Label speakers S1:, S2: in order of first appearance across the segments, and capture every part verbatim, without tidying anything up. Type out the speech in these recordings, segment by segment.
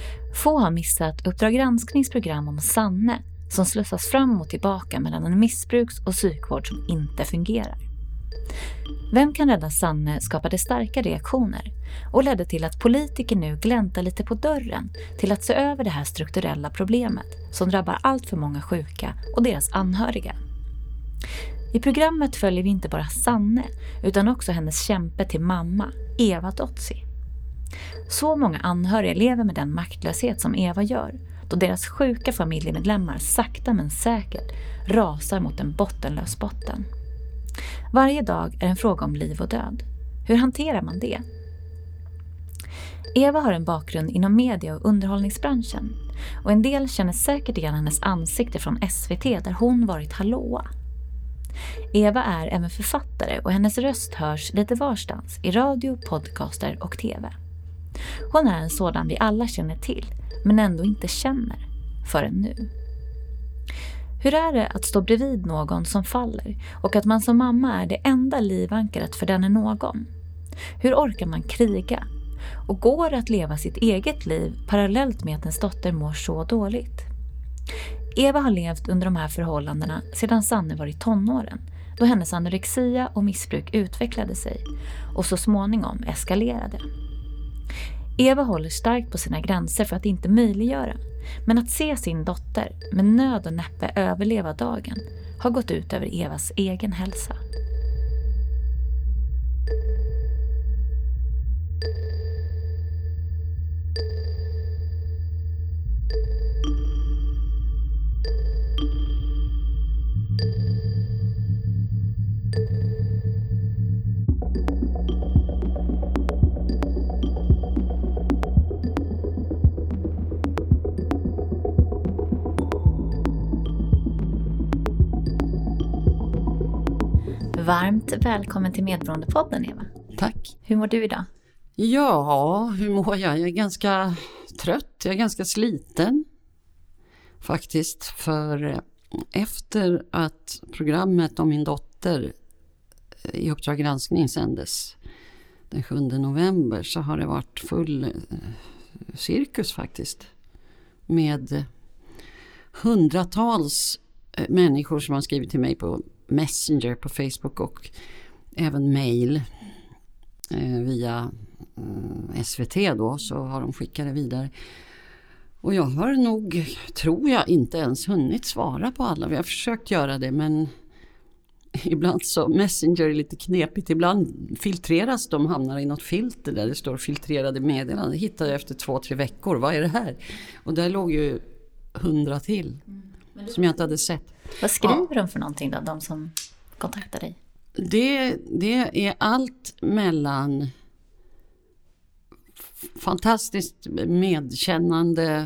S1: Få har missat Uppdrag gransknings program om Sanne som slussas fram och tillbaka mellan en missbruks- och psykvård som inte fungerar. Vem kan rädda Sanne skapade starka reaktioner och ledde till att politiker nu gläntar lite på dörren till att se över det här strukturella problemet som drabbar allt för många sjuka och deras anhöriga. I programmet följer vi inte bara Sanne utan också hennes kämpe till mamma, Eva Dotzi. Så många anhöriga lever med den maktlöshet som Eva gör då deras sjuka familjemedlemmar sakta men säkert rasar mot en bottenlös botten. Varje dag är en fråga om liv och död. Hur hanterar man det? Eva har en bakgrund inom media- och underhållningsbranschen och en del känner säkert igen hennes ansikte från S V T där hon varit hallåa. Eva är även författare och hennes röst hörs lite varstans i radio, podcaster och tv. Hon är en sådan vi alla känner till men ändå inte känner förrän nu. Hur är det att stå bredvid någon som faller och att man som mamma är det enda livankaret för den är någon? Hur orkar man kriga? Och går det att leva sitt eget liv parallellt med att ens dotter mår så dåligt? Eva har levt under de här förhållandena sedan Sanne var i tonåren då hennes anorexia och missbruk utvecklade sig och så småningom eskalerade. Eva håller starkt på sina gränser för att inte möjliggöra, men att se sin dotter med nöd och näppe överleva dagen har gått ut över Evas egen hälsa. Varmt välkommen till Medberoendepodden, Eva.
S2: Tack.
S1: Hur mår du idag?
S2: Ja, hur mår jag? Jag är ganska trött, jag är ganska sliten faktiskt. För efter att programmet om min dotter i Uppdrag granskning sändes den sjunde november så har det varit full cirkus faktiskt. Med hundratals människor som har skrivit till mig på Messenger på Facebook och även mail eh, via eh, S V T då, så har de skickat det vidare. Och jag har nog, tror jag, inte ens hunnit svara på alla. Vi har försökt göra det, men ibland så Messenger är lite knepigt. Ibland filtreras de, hamnar i något filter där det står filtrerade meddelanden. Det hittar jag efter två, tre veckor. Vad är det här? Och där låg ju hundra till mm. som jag inte hade sett.
S1: Vad skriver ja. de för någonting då, de som kontaktar dig?
S2: Det, det är allt mellan fantastiskt medkännande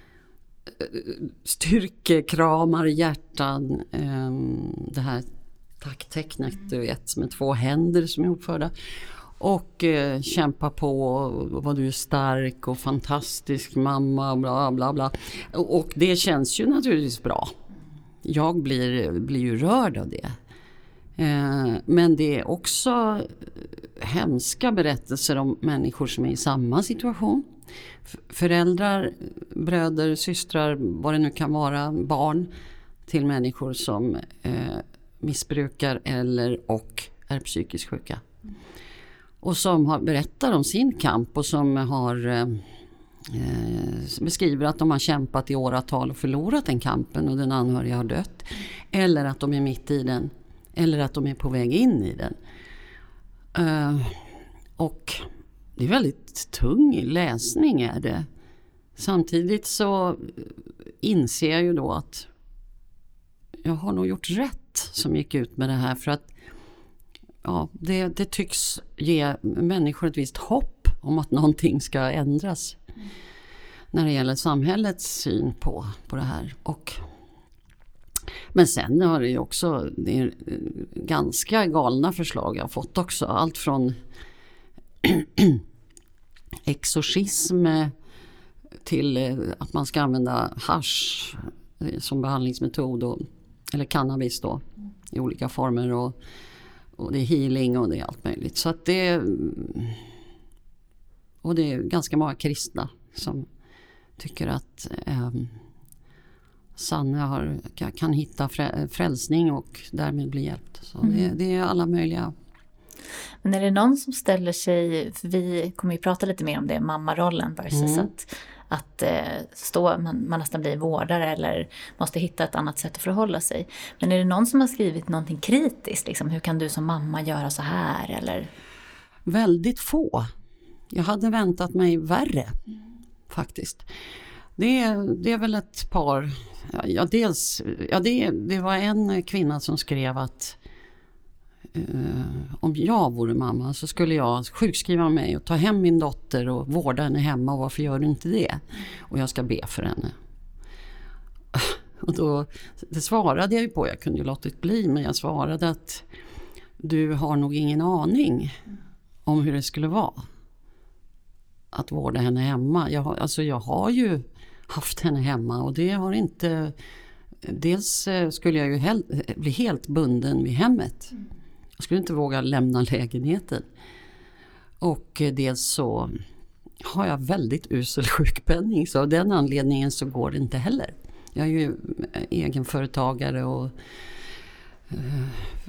S2: styrkekramar, hjärtan, det här tacktecknet du vet med två händer som är uppförda och eh, kämpa på och vad du är stark och fantastisk mamma och bla bla bla och, och det känns ju naturligtvis bra. Jag blir, blir ju rörd av det. Eh, men det är också hemska berättelser om människor som är i samma situation. F- föräldrar, bröder, systrar, vad det nu kan vara, barn till människor som eh, missbrukar eller och är psykiskt sjuka. Och som har, berättar om sin kamp och som har eh, beskriver att de har kämpat i åratal och förlorat den kampen och den anhöriga har dött. Eller att de är mitt i den. Eller att de är på väg in i den. Uh, och det är väldigt tung läsning är det. Samtidigt så inser jag ju då att jag har nog gjort rätt som gick ut med det här. För att ja, det, det tycks ge människor ett visst hopp om att någonting ska ändras. Mm. När det gäller samhällets syn på, på det här. Och, men sen har det ju också det är ganska galna förslag jag har fått också. Allt från exorcism till att man ska använda hasch som behandlingsmetod. Och, eller cannabis då i olika former. Och, och det är healing och det är allt möjligt. Så att det, och det är ganska många kristna som tycker att eh, Sanne har, kan hitta frälsning och därmed bli hjälpt. Så mm. det, det är alla möjliga.
S1: Men är det någon som ställer sig, för vi kommer ju prata lite mer om det, mammarollen versus mm. att, att eh, stå, man, man nästan blir vårdare eller måste hitta ett annat sätt att förhålla sig. Men är det någon som har skrivit någonting kritiskt? Liksom, hur kan du som mamma göra så här? Eller?
S2: Väldigt få. Jag hade väntat mig värre faktiskt. Det är, det är väl ett par, ja, dels, ja det, det var en kvinna som skrev att Uh, om jag vore mamma så skulle jag sjukskriva mig och ta hem min dotter och vårda henne hemma, och varför gör du inte det? Och jag ska be för henne. Och då, det svarade jag ju på, jag kunde ju låtit bli, men jag svarade att du har nog ingen aning om hur det skulle vara att vårda henne hemma. Jag, alltså jag har ju haft henne hemma och det har inte, dels skulle jag ju hel, bli helt bunden vid hemmet. Jag skulle inte våga lämna lägenheten. Och dels så har jag väldigt usel sjukpenning. Så av den anledningen så går det inte heller. Jag är ju egenföretagare och eh,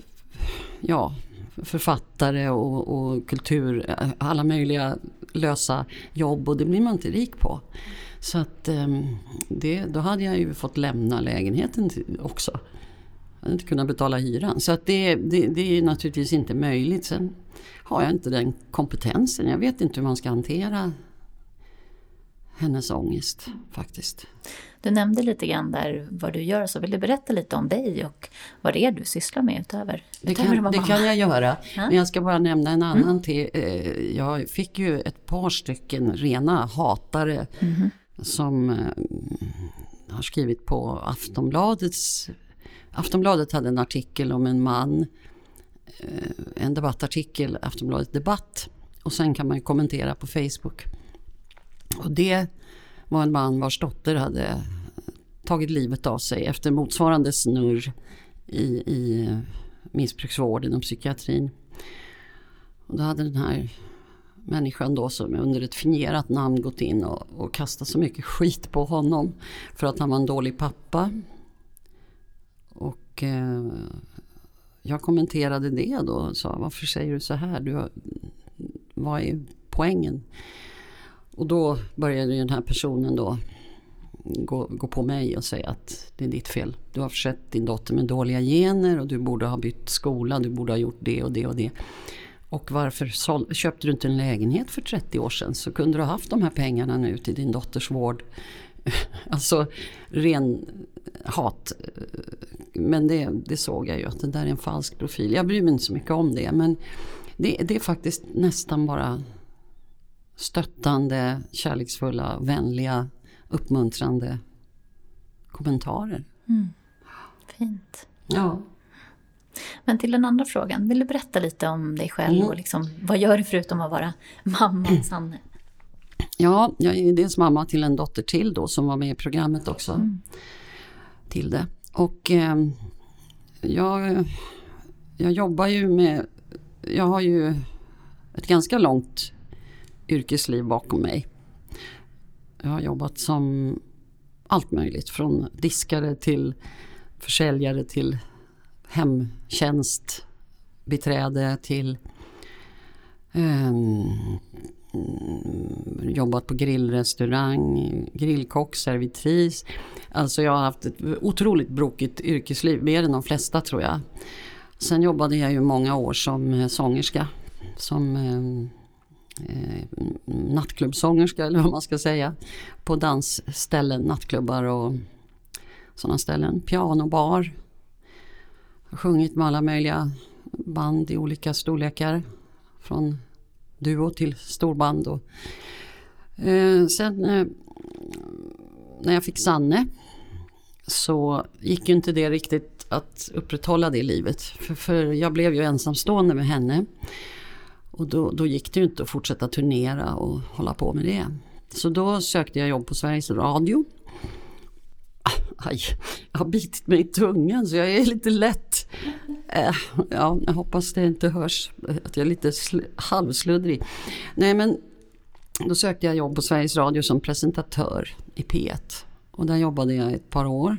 S2: ja, författare och, och kultur. Alla möjliga lösa jobb, och det blir man inte rik på. Så att eh, det, då hade jag ju fått lämna lägenheten också. Jag hade inte kunnat betala hyran. Så att det, det, det är naturligtvis inte möjligt. Sen har jag inte den kompetensen. Jag vet inte hur man ska hantera hennes ångest faktiskt.
S1: Du nämnde lite grann där vad du gör, så vill du berätta lite om dig och vad det är du sysslar med utöver?
S2: Det
S1: utöver
S2: kan, det kan jag göra. Ja? Men jag ska bara nämna en annan mm. till. Jag fick ju ett par stycken rena hatare mm. som har skrivit på Aftonbladets Aftonbladet hade en artikel om en man, en debattartikel, Aftonbladet Debatt, och sen kan man ju kommentera på Facebook. Och det var en man vars dotter hade tagit livet av sig efter motsvarande snurr i, i missbruksvården och psykiatrin. Och då hade den här människan då, som under ett fingerat namn, gått in och, och kastat så mycket skit på honom för att han var en dålig pappa. Och eh, jag kommenterade det då och sa, varför säger du så här? Du har, vad är poängen? Och då började den här personen då gå, gå på mig och säga att det är ditt fel. Du har försett din dotter med dåliga gener och du borde ha bytt skola, du borde ha gjort det och det och det. Och varför sål, köpte du inte en lägenhet för trettio år sedan, så kunde du ha haft de här pengarna nu till din dotters vård. Alltså ren hat. Men det, det såg jag ju att det där är en falsk profil. Jag bryr mig inte så mycket om det, men det, det är faktiskt nästan bara stöttande, kärleksfulla, vänliga, uppmuntrande kommentarer. Mm.
S1: Fint.
S2: Ja.
S1: Men till den andra frågan, vill du berätta lite om dig själv mm. och liksom, vad gör du förutom att vara mamma Sanne?
S2: Ja, jag är dels mamma till en dotter till då som var med i programmet också. Mm. Till det. Och eh, jag, jag jobbar ju med, jag har ju ett ganska långt yrkesliv bakom mig. Jag har jobbat som allt möjligt, från diskare till försäljare till hemtjänst, beträde till eh, jobbat på grillrestaurang, grillkock, servitris. Alltså jag har haft ett otroligt brokigt yrkesliv, mer än de flesta tror jag. Sen jobbade jag ju många år som sångerska, som eh, nattklubbsångerska eller vad man ska säga, på dansställen, nattklubbar och sådana ställen, pianobar. Jag har sjungit med alla möjliga band i olika storlekar, från duo till storband. Och, eh, sen eh, när jag fick Sanne så gick ju inte det riktigt att upprätthålla det livet. För, för jag blev ju ensamstående med henne. Och då, då gick det ju inte att fortsätta turnera och hålla på med det. Så då sökte jag jobb på Sveriges Radio. Aj, jag har bitit mig i tungan så jag är lite lätt. Äh, ja, jag hoppas det inte hörs att jag är lite sl- halvsluddrig. Nej, men då sökte jag jobb på Sveriges Radio som presentatör i P ett. Och där jobbade jag ett par år.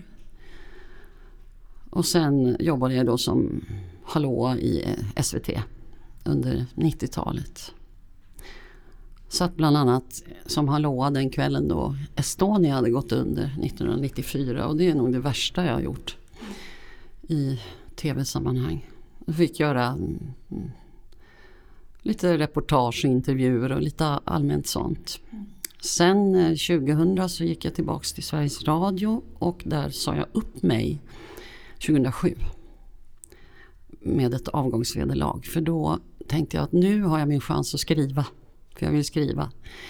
S2: Och sen jobbade jag då som hallå i S V T under nittiotalet. Satt bland annat som hallå den kvällen då Estonia hade gått under nittonhundranittiofyra. Och det är nog det värsta jag har gjort i tv-sammanhang. Jag fick göra mm, lite reportage och intervjuer och lite allmänt sånt. Sen tjugohundra så gick jag tillbaks till Sveriges Radio och där sa jag upp mig tjugohundrasju med ett avgångsvederlag. För då tänkte jag att nu har jag min chans att skriva. För jag vill skriva.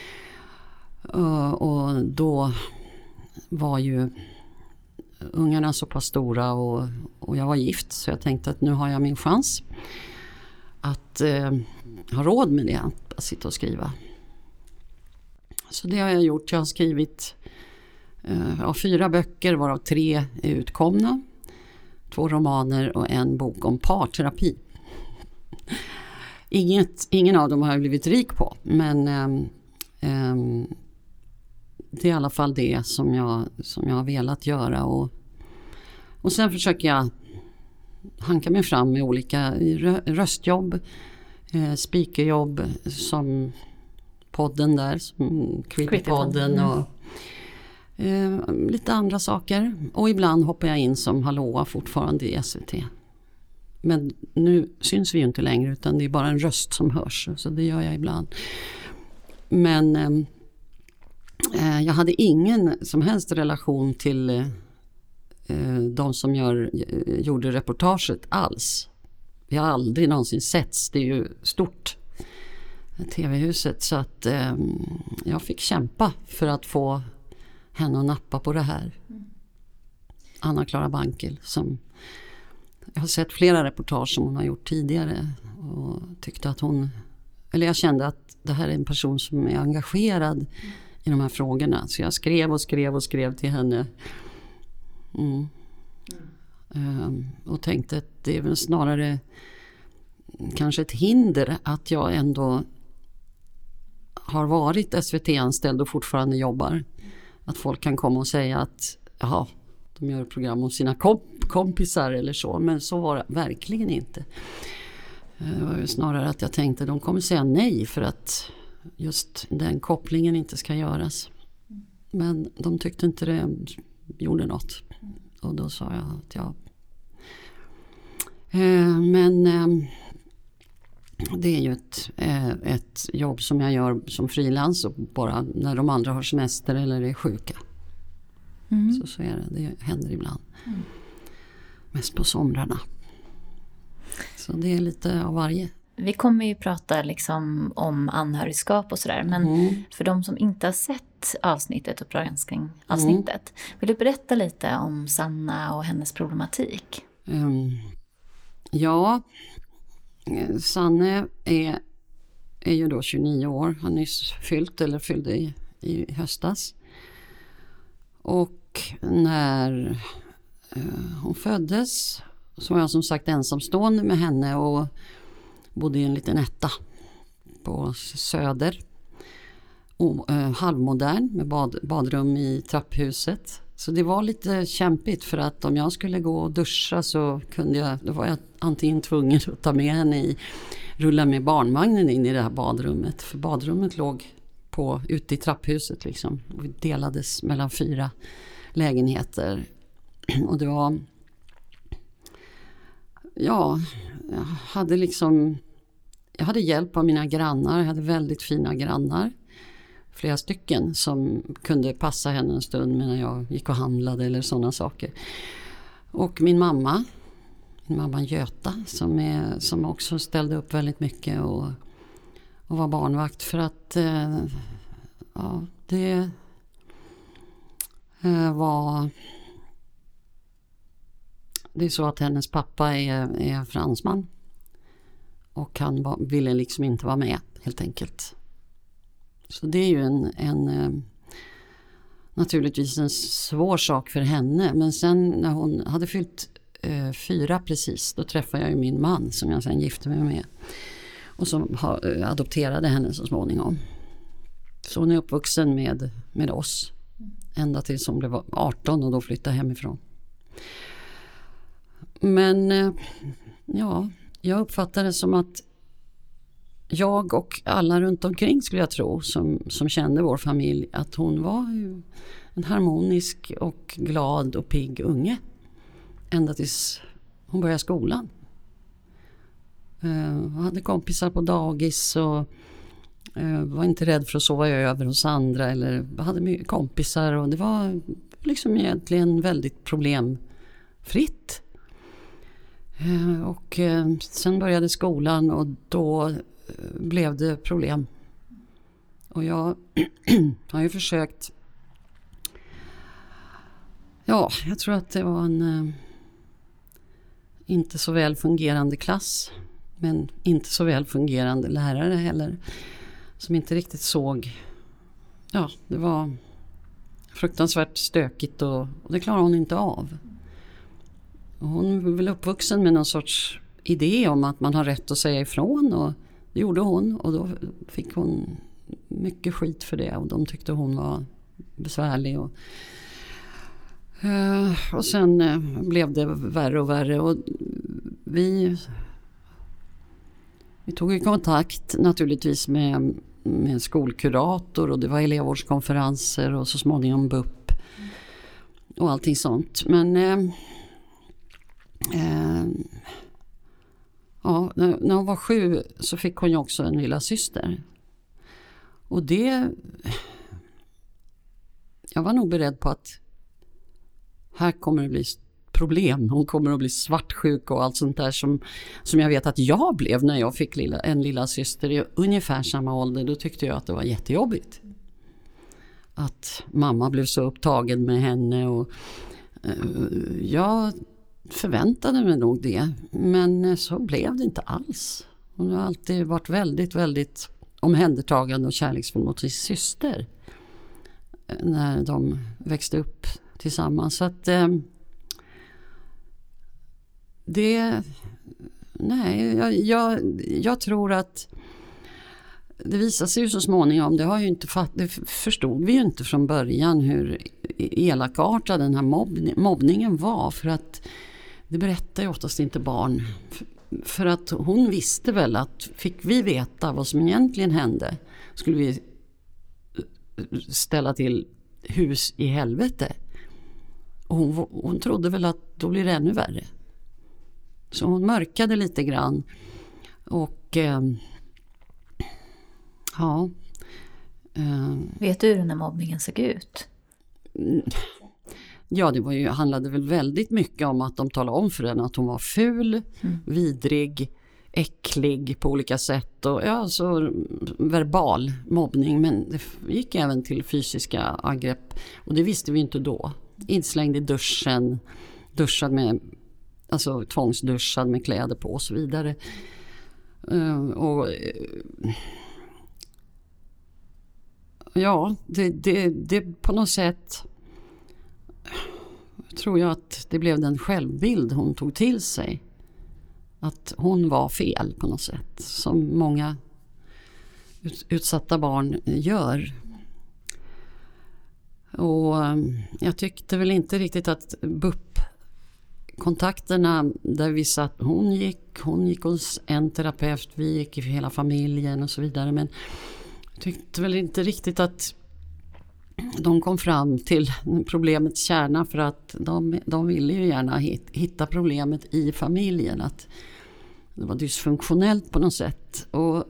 S2: Och då var ju ungarna så pass stora och, och jag var gift. Så jag tänkte att nu har jag min chans att eh, ha råd med det, att, att sitta och skriva. Så det har jag gjort. Jag har skrivit eh, ja, fyra böcker varav tre är utkomna. Två romaner och en bok om parterapi. Inget, ingen av dem har jag blivit rik på. Men eh, eh, det är i alla fall det som jag, som jag har velat göra. Och, och sen försöker jag hanka mig fram med olika röstjobb. Eh, speakerjobb som podden där. Som Creepypodden och eh, lite andra saker. Och ibland hoppar jag in som hallåa fortfarande i S V T. Men nu syns vi ju inte längre utan det är bara en röst som hörs. Så det gör jag ibland. Men eh, jag hade ingen som helst relation till eh, de som gör, gjorde reportaget alls. Vi har aldrig någonsin setts. Det är ju stort, tv-huset. Så att eh, jag fick kämpa för att få henne att nappa på det här. Anna-Klara Bankel som... Jag har sett flera reportage som hon har gjort tidigare och tyckte att hon, eller jag kände att det här är en person som är engagerad i de här frågorna. Så jag skrev och skrev och skrev till henne. Mm. Mm. Um, och tänkte att det är väl snarare kanske ett hinder att jag ändå har varit S V T-anställd och fortfarande jobbar. Att folk kan komma och säga att jaha, de gör program om sina komp- kompisar eller så. Men så var det verkligen inte. Det var ju snarare att jag tänkte att de kommer säga nej för att just den kopplingen inte ska göras. Men de tyckte inte det gjorde något. Och då sa jag att ja. Men det är ju ett, ett jobb som jag gör som frilans och bara när de andra har semester eller är sjuka. Mm. Så, så är det. Det händer ibland. Mm. Mest på somrarna. Så det är lite av varje.
S1: Vi kommer ju prata liksom om anhörigskap och sådär. Men mm. för de som inte har sett avsnittet, Uppdrag granskning avsnittet. Mm. Vill du berätta lite om Sanna och hennes problematik?
S2: Um, ja, Sanne är, är ju då tjugonio år. Han nyss fyllt eller fyllde i, i höstas. Och när uh, hon föddes så var jag som sagt ensamstående med henne och bodde i en liten etta på Söder. Och, uh, halvmodern med bad, badrum i trapphuset. Så det var lite kämpigt för att om jag skulle gå och duscha så kunde jag, då var jag antingen tvungen att ta med henne i, rulla med barnvagnen in i det här badrummet. För badrummet låg på, ute i trapphuset liksom. Och vi delades mellan fyra lägenheter. Och det var, ja, jag hade liksom, jag hade hjälp av mina grannar. Jag hade väldigt fina grannar. Flera stycken som kunde passa henne en stund när jag gick och handlade eller sådana saker. Och min mamma, min mamma Göta som, är, som också ställde upp väldigt mycket och, och var barnvakt för att eh, ja, det eh, var det är så att hennes pappa är, är fransman och han var, ville liksom inte vara med helt enkelt. Så det är ju en, en naturligtvis en svår sak för henne. Men sen när hon hade fyllt eh, fyra precis, då träffade jag ju min man som jag sen gifte mig med. Och som ha, adopterade henne så småningom. Så hon är uppvuxen med, med oss. Ända tills hon blev arton och då flyttade hemifrån. Men eh, ja, jag uppfattar det som att jag och alla runt omkring, skulle jag tro, som, som kände vår familj, att hon var en harmonisk och glad och pigg unge. Ända tills hon började skolan. Uh, hade kompisar på dagis och uh, var inte rädd för att sova över hos andra. Eller hade mycket kompisar och det var liksom egentligen väldigt problemfritt. Uh, och uh, sen började skolan och då uh, blev det problem. Och jag har ju försökt... Ja, jag tror att det var en... Uh, inte så väl fungerande klass, men inte så väl fungerande lärare heller, som inte riktigt såg, ja, det var fruktansvärt stökigt och, och det klarade hon inte av. Och hon var väl uppvuxen med någon sorts idé om att man har rätt att säga ifrån, och det gjorde hon, och då fick hon mycket skit för det och de tyckte hon var besvärlig och Uh, och sen uh, blev det värre och värre och vi, vi tog i kontakt naturligtvis med, med skolkurator och det var elevvårdskonferenser och så småningom B U P och allting sånt. Men uh, uh, ja, när, när hon var sju så fick hon ju också en lilla syster. Och det, jag var nog beredd på att här kommer det bli problem. Hon kommer att bli svartsjuk och allt sånt där som, som jag vet att jag blev när jag fick lilla, en lilla syster i ungefär samma ålder. Då tyckte jag att det var jättejobbigt. Att mamma blev så upptagen med henne och uh, jag förväntade mig nog det. Men så blev det inte alls. Hon har alltid varit väldigt, väldigt omhändertagande och kärleksfull mot sin syster när de växte upp tillsammans. Så att eh, det nej, jag, jag, jag tror att det visar sig ju så småningom, det har ju inte fatt, det förstod vi ju inte från början hur elakartad den här mobbning, mobbningen var, för att det berättar ju oftast inte barn, för, för att hon visste väl att fick vi veta vad som egentligen hände skulle vi ställa till hus i helvete. Och hon, hon trodde väl att då blir det ännu värre. Så hon mörkade lite grann. Och eh, ja. Eh,
S1: Vet du hur den här mobbningen såg ut?
S2: Ja, det var ju, handlade väl väldigt mycket om att de talade om för henne att hon var ful, mm. vidrig, äcklig på olika sätt. Och ja, så verbal mobbning, men det gick även till fysiska angrepp. Och det visste vi inte då. Inslängd i duschen, duschad med, alltså tvångsduschad med kläder på och så vidare. Uh, och uh, ja, det, det, det på något sätt tror jag att det blev den självbild hon tog till sig. Att hon var fel på något sätt, som många ut, utsatta barn gör. Och jag tyckte väl inte riktigt att B U P-kontakterna där vi satt, hon gick, hon gick hos en terapeut, vi gick i hela familjen och så vidare, men jag tyckte väl inte riktigt att de kom fram till problemets kärna, för att de, de ville ju gärna hitta problemet i familjen, att det var dysfunktionellt på något sätt, och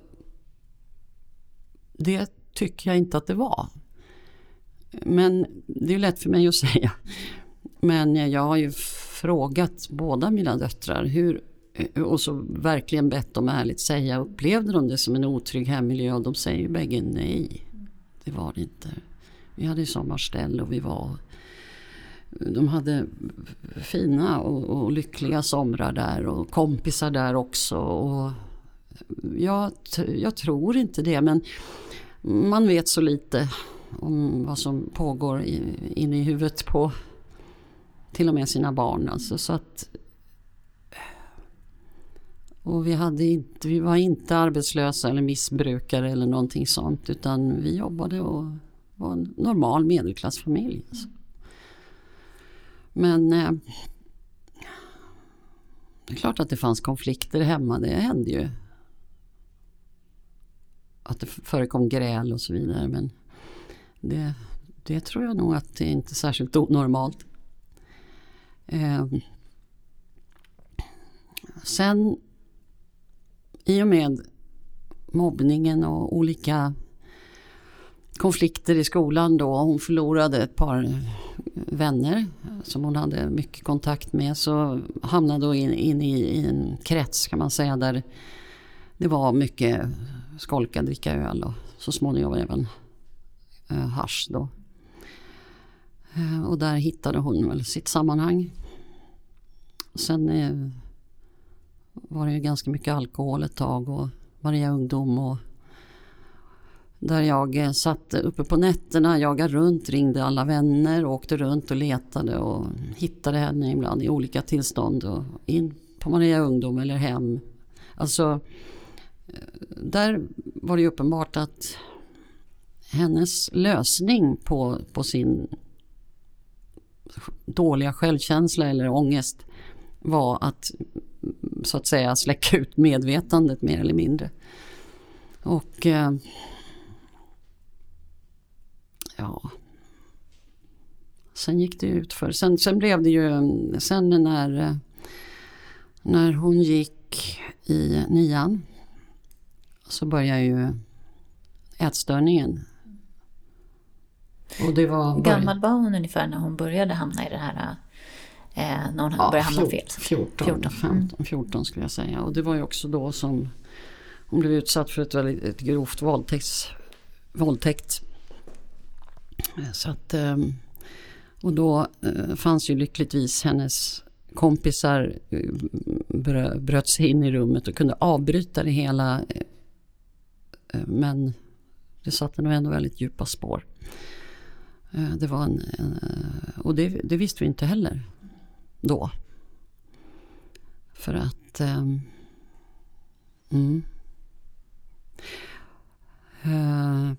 S2: det tycker jag inte att det var. Men det är lätt för mig att säga. Men jag har ju frågat båda mina döttrar hur, och så verkligen bett dem ärligt säga, upplevde de det som en otrygg hemmiljö? Och de säger ju bägge nej, det var det inte. Vi hade sommarställ och vi var, de hade fina och, och lyckliga somrar där och kompisar där också. Och jag, jag tror inte det, men man vet så lite om vad som pågår i, inne i huvudet på till och med sina barn. Alltså, så att Och vi, hade inte, vi var inte arbetslösa eller missbrukare eller någonting sånt, utan vi jobbade och var en normal medelklassfamilj. Alltså. Men eh, det är klart att det fanns konflikter hemma, det hände ju. Att det förekom gräl och så vidare, men det, det tror jag nog att det är inte särskilt onormalt. Eh, sen i och med mobbningen och olika konflikter i skolan då, hon förlorade ett par vänner som hon hade mycket kontakt med, så hamnade hon in, in i, i en krets kan man säga, där det var mycket skolka, dricka öl och så småningom även eh, hasch då. Eh, och där hittade hon väl sitt sammanhang. Sen eh, var det ju ganska mycket alkohol ett tag och Maria Ungdom, och där jag eh, satt uppe på nätterna, jagade runt, ringde alla vänner och åkte runt och letade och hittade henne ibland i olika tillstånd och in på Maria Ungdom eller hem. Alltså där var det ju uppenbart att hennes lösning på, på sin dåliga självkänsla eller ångest var att så att säga släcka ut medvetandet mer eller mindre. Och eh, ja, sen gick det ut för. Sen, sen blev det ju, sen när, när hon gick i nian så började ju ätstörningen. Och det var
S1: Hur gammal var hon ungefär när hon började hamna i det här, eh, när hon ja, började hamna fel?
S2: fjorton, fjorton. femton, fjorton skulle jag säga. Och det var ju också då som hon blev utsatt för ett väldigt ett grovt våldtäkt. våldtäkt. Så att, och då fanns ju lyckligtvis hennes kompisar bröt sig in i rummet och kunde avbryta det hela. Men det satte nog ändå väldigt djupa spår. Det var en, en och det, det visste vi inte heller då. För att um, mm, uh,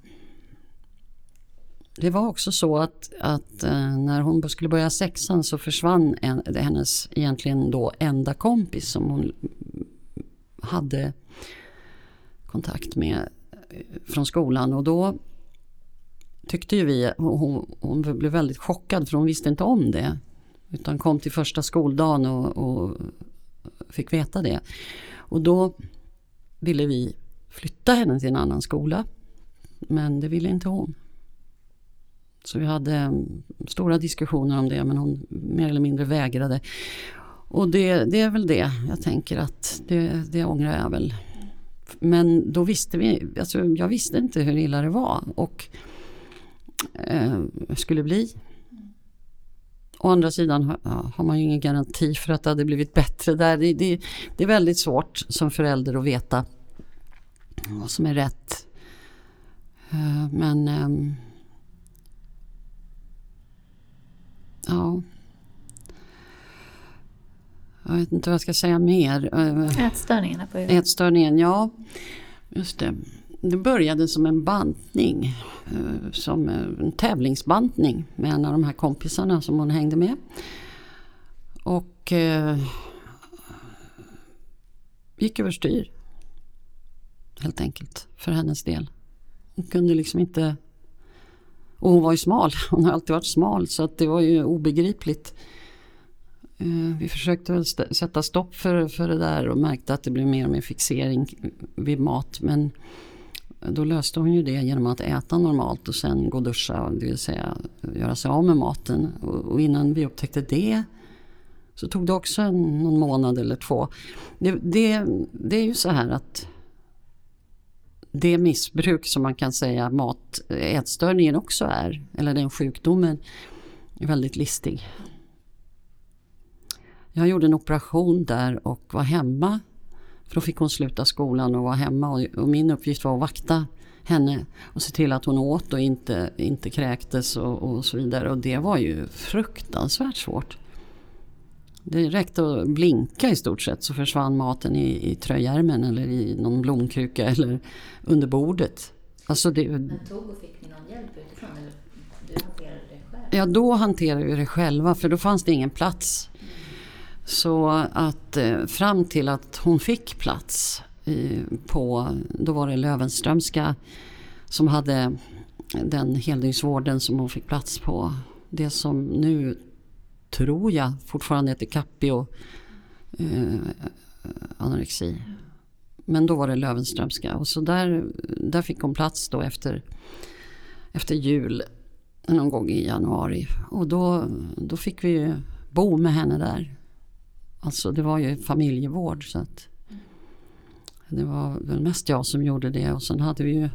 S2: det var också så att, att uh, när hon skulle börja sexan så försvann en, hennes egentligen då enda kompis som hon hade kontakt med från skolan, och då tyckte ju vi, hon, hon blev väldigt chockad för hon visste inte om det, utan kom till första skoldagen och, och fick veta det, och då ville vi flytta henne till en annan skola, men det ville inte hon. Så vi hade stora diskussioner om det, men hon mer eller mindre vägrade, och det, det är väl det jag tänker att det, det ångrar jag väl. Men då visste vi, alltså jag visste inte hur illa det var och eh, skulle bli. Å andra sidan har, har man ju ingen garanti för att det hade blivit bättre där. Det, det, det är väldigt svårt som förälder att veta vad som är rätt. Eh, men eh, ja, jag vet inte vad jag ska säga mer.
S1: Ätstörningarna på huvudet.
S2: Ätstörningen, ja. Just det. Det började som en bantning. Som en tävlingsbantning med en av de här kompisarna som hon hängde med. Och eh, gick överstyr. Helt enkelt. För hennes del. Hon kunde liksom inte... Och hon var ju smal. Hon har alltid varit smal. Så att det var ju obegripligt. Vi försökte väl st- sätta stopp för, för det där och märkte att det blev mer och mer fixering vid mat, men då löste hon ju det genom att äta normalt och sen gå och duscha, det vill säga göra sig av med maten, och, och innan vi upptäckte det så tog det också en, någon månad eller två. Det, det, det är ju så här att det missbruk som man kan säga mat, ätstörningen också är, eller den sjukdomen, är väldigt listig. Jag gjorde en operation där och var hemma. För då fick hon sluta skolan och vara hemma. Och, och min uppgift var att vakta henne och se till att hon åt och inte, inte kräktes och, och så vidare. Och det var ju fruktansvärt svårt. Det räckte att blinka i stort sett så försvann maten i, i tröjärmen eller i någon blomkruka eller under bordet. Alltså det,
S1: Men tog och fick ni någon hjälp utifrån eller du hanterade det själv?
S2: Ja, då hanterade vi det själva för då fanns det ingen plats. Mm. Så att eh, fram till att hon fick plats i, på, då var det Löwenströmska som hade den heldygnsvården som hon fick plats på. Det som nu tror jag fortfarande heter Capio eh, anorexi. Men då var det Löwenströmska och så där, där fick hon plats då efter, efter jul någon gång i januari. Och då, då fick vi ju bo med henne där. Alltså det var ju familjevård så att det var väl mest jag som gjorde det och sen hade vi ju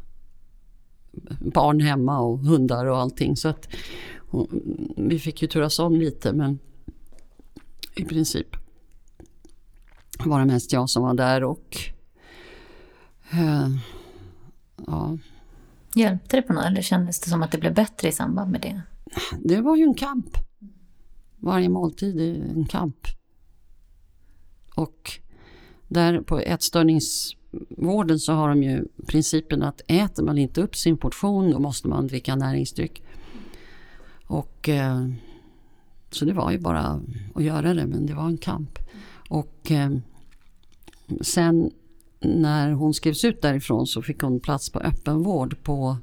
S2: barn hemma och hundar och allting så att vi fick ju turas om lite men i princip var det mest jag som var där och eh, ja.
S1: Hjälpte det på något eller kändes det som att det blev bättre i samband med det?
S2: Det var ju en kamp. Varje måltid är en kamp. Och där på ätstörningsvården så har de ju principen att äter man inte upp sin portion då måste man dricka näringsdryck. Och eh, så det var ju bara att göra det men det var en kamp. Och eh, sen när hon skrevs ut därifrån så fick hon plats på öppenvård på,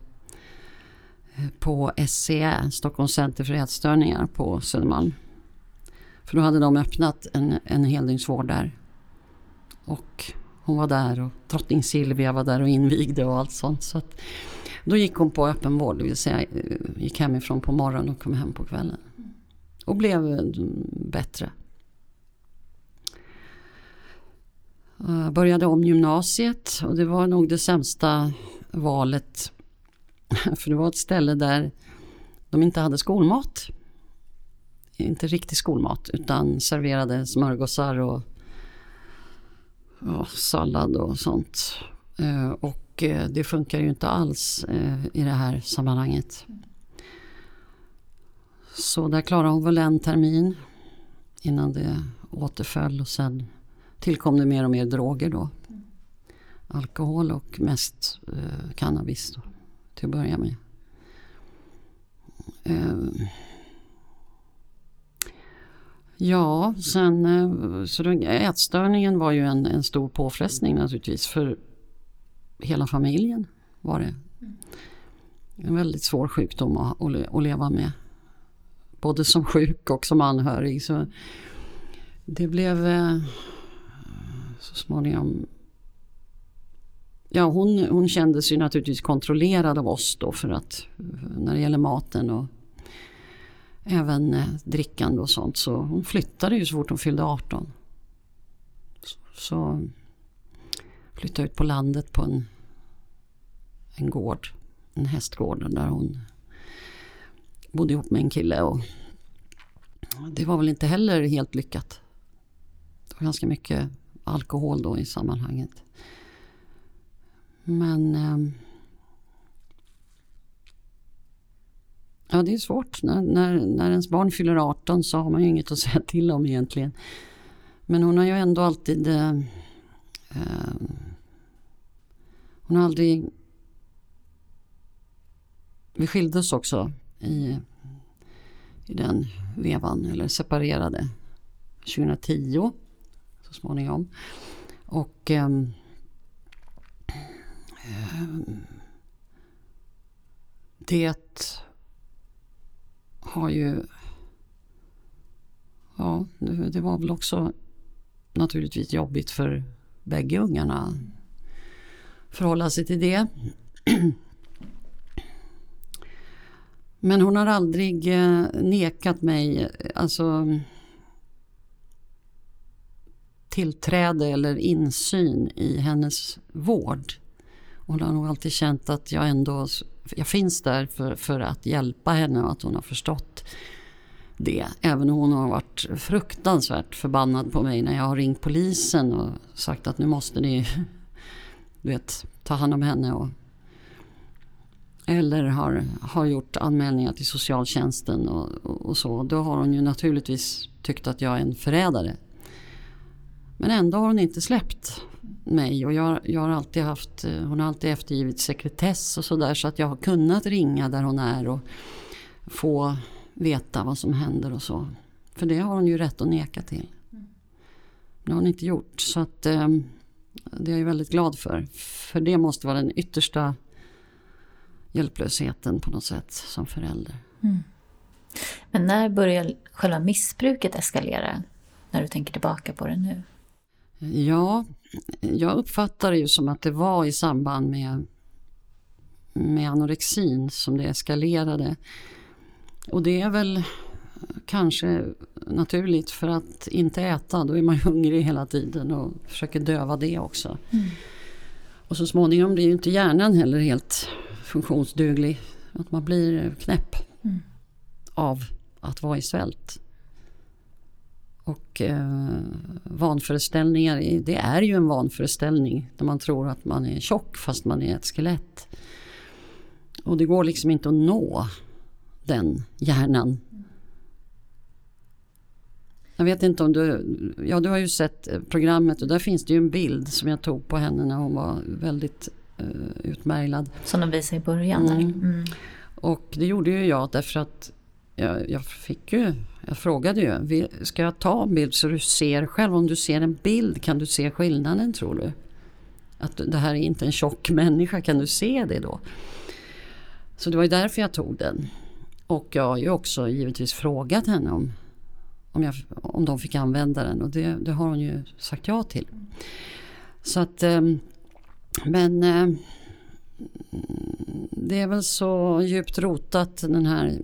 S2: på S C Ä, Stockholms center för ätstörningar på Södermalm. För då hade de öppnat en, en heldygnsvård där. Och hon var där och drottning Silvia var där och invigde och allt sånt. Så att, då gick hon på öppenvård, det vill säga gick hemifrån på morgonen och kom hem på kvällen. Och blev bättre. Jag började om gymnasiet och det var nog det sämsta valet. För det var ett ställe där de inte hade skolmat. Inte riktig skolmat utan serverade smörgåsar och, och sallad och sånt. Och det funkar ju inte alls i det här sammanhanget. Så där klarade hon väl en termin innan det återföll och sen tillkom det mer och mer droger då. Alkohol och mest eh, cannabis då, till att börja med. Eh, ja, sen eh, så den, ätstörningen var ju en, en stor påfrestning naturligtvis för hela familjen var det. En väldigt svår sjukdom att, att, att leva med. Både som sjuk och som anhörig. Så det blev eh, så småningom... Ja, hon, hon kändes ju naturligtvis kontrollerad av oss då för att när det gäller maten och även eh, drickande och sånt. Så hon flyttade ju så fort hon fyllde arton. Så, så flyttade ut på landet på en, en gård, en hästgård där hon bodde ihop med en kille och det var väl inte heller helt lyckat. Det var ganska mycket alkohol då i sammanhanget. Men eh, ja, det är svårt. När, när, när ens barn fyller arton så har man ju inget att säga till om egentligen. Men hon har ju ändå alltid eh, eh, hon har aldrig vi skildes också i, i den vevan eller separerade tjugohundratio så småningom. Och eh, det har ju ja, det var väl också naturligtvis jobbigt för bägge ungarna förhålla sig till det. Men hon har aldrig nekat mig alltså tillträde eller insyn i hennes vård. Hon har nog alltid känt att jag ändå jag finns där för, för att hjälpa henne och att hon har förstått det. Även om hon har varit fruktansvärt förbannad på mig när jag har ringt polisen och sagt att nu måste ni du vet, ta hand om henne. Och eller har, har gjort anmälningar till socialtjänsten och, och, och så, då har hon ju naturligtvis tyckt att jag är en förrädare. Men ändå har hon inte släppt mig, och jag, jag har alltid haft, hon har alltid eftergivit sekretess och så där, så att jag har kunnat ringa där hon är och få veta vad som händer och så. För det har hon ju rätt att neka till. Det har hon inte gjort, så att eh, det är jag väldigt glad för. För det måste vara den yttersta hjälplösheten på något sätt som förälder.
S1: Mm. Men när börjar själva missbruket eskalera, när du tänker tillbaka på det nu?
S2: Ja, jag uppfattar det ju som att det var i samband med, med anorexin som det eskalerade. Och det är väl kanske naturligt, för att inte äta, då är man hungrig hela tiden och försöker döva det också. Mm. Och så småningom blir ju inte hjärnan heller helt funktionsduglig. Att man blir knäpp mm. av att vara i svält. Och eh, vanföreställningar, det är ju en vanföreställning när man tror att man är tjock fast man är ett skelett. Och det går liksom inte att nå den hjärnan. Jag vet inte om du, ja du har ju sett programmet, och där finns det ju en bild som jag tog på henne när hon var väldigt uh, utmärglad.
S1: Som de visade i början.
S2: Mm.
S1: Mm.
S2: Och det gjorde ju jag därför att jag, jag fick ju, jag frågade ju, ska jag ta en bild så du ser själv, om du ser en bild kan du se skillnaden, tror du? Att det här är inte en tjock människa, kan du se det då? Så det var ju därför jag tog den. Och jag har ju också givetvis frågat henne om Om, jag, om de fick använda den, och det, det har hon ju sagt ja till. Så att, men det är väl så djupt rotat, den här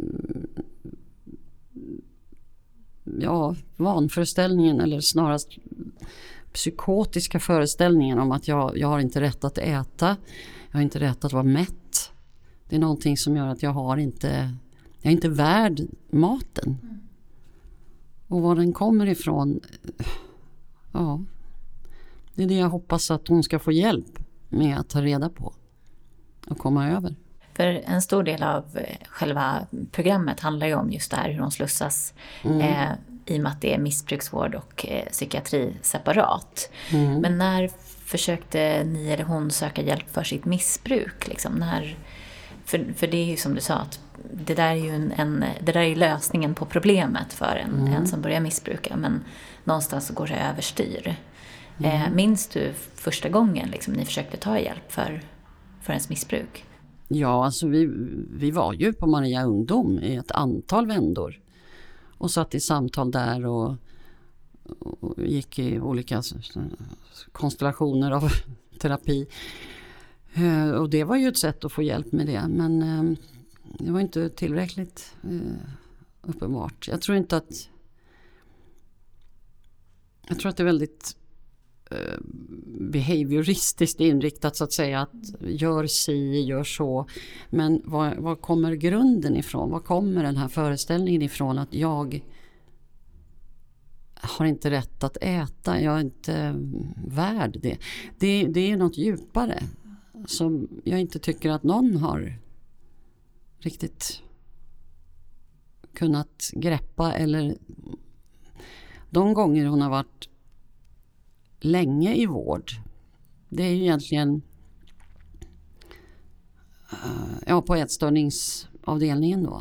S2: ja, vanföreställningen, eller snarast psykotiska föreställningen om att jag, jag har inte rätt att äta, jag har inte rätt att vara mätt. Det är någonting som gör att jag har inte, jag är inte värd maten. Och var den kommer ifrån, ja, det är det jag hoppas att hon ska få hjälp med att ta reda på och komma över.
S1: För en stor del av själva programmet handlar ju om just det här, hur hon slussas mm. eh, i och med att det är missbruksvård och eh, psykiatri separat. Mm. Men när försökte ni eller hon söka hjälp för sitt missbruk? Liksom? När, för, för det är ju som du sa, att det där är ju en, en, det där är lösningen på problemet för en, mm. en som börjar missbruka, men någonstans så går det överstyr. Mm. Eh, minns du första gången liksom, ni försökte ta hjälp för, för ens missbruk?
S2: Ja, alltså vi, vi var ju på Maria Ungdom i ett antal vändor och satt i samtal där och, och gick i olika konstellationer av terapi. Eh, och det var ju ett sätt att få hjälp med det, men eh, det var inte tillräckligt eh, uppenbart. Jag tror inte att jag tror att det är väldigt eh, behavioristiskt inriktat, så att säga, att gör si, gör så. Men var, var kommer grunden ifrån? Var kommer den här föreställningen ifrån att jag har inte rätt att äta, jag är inte värd det. Det, det är något djupare som jag inte tycker att någon har riktigt kunnat greppa, eller de gånger hon har varit länge i vård, det är ju egentligen ja, på ätstörningsavdelningen då,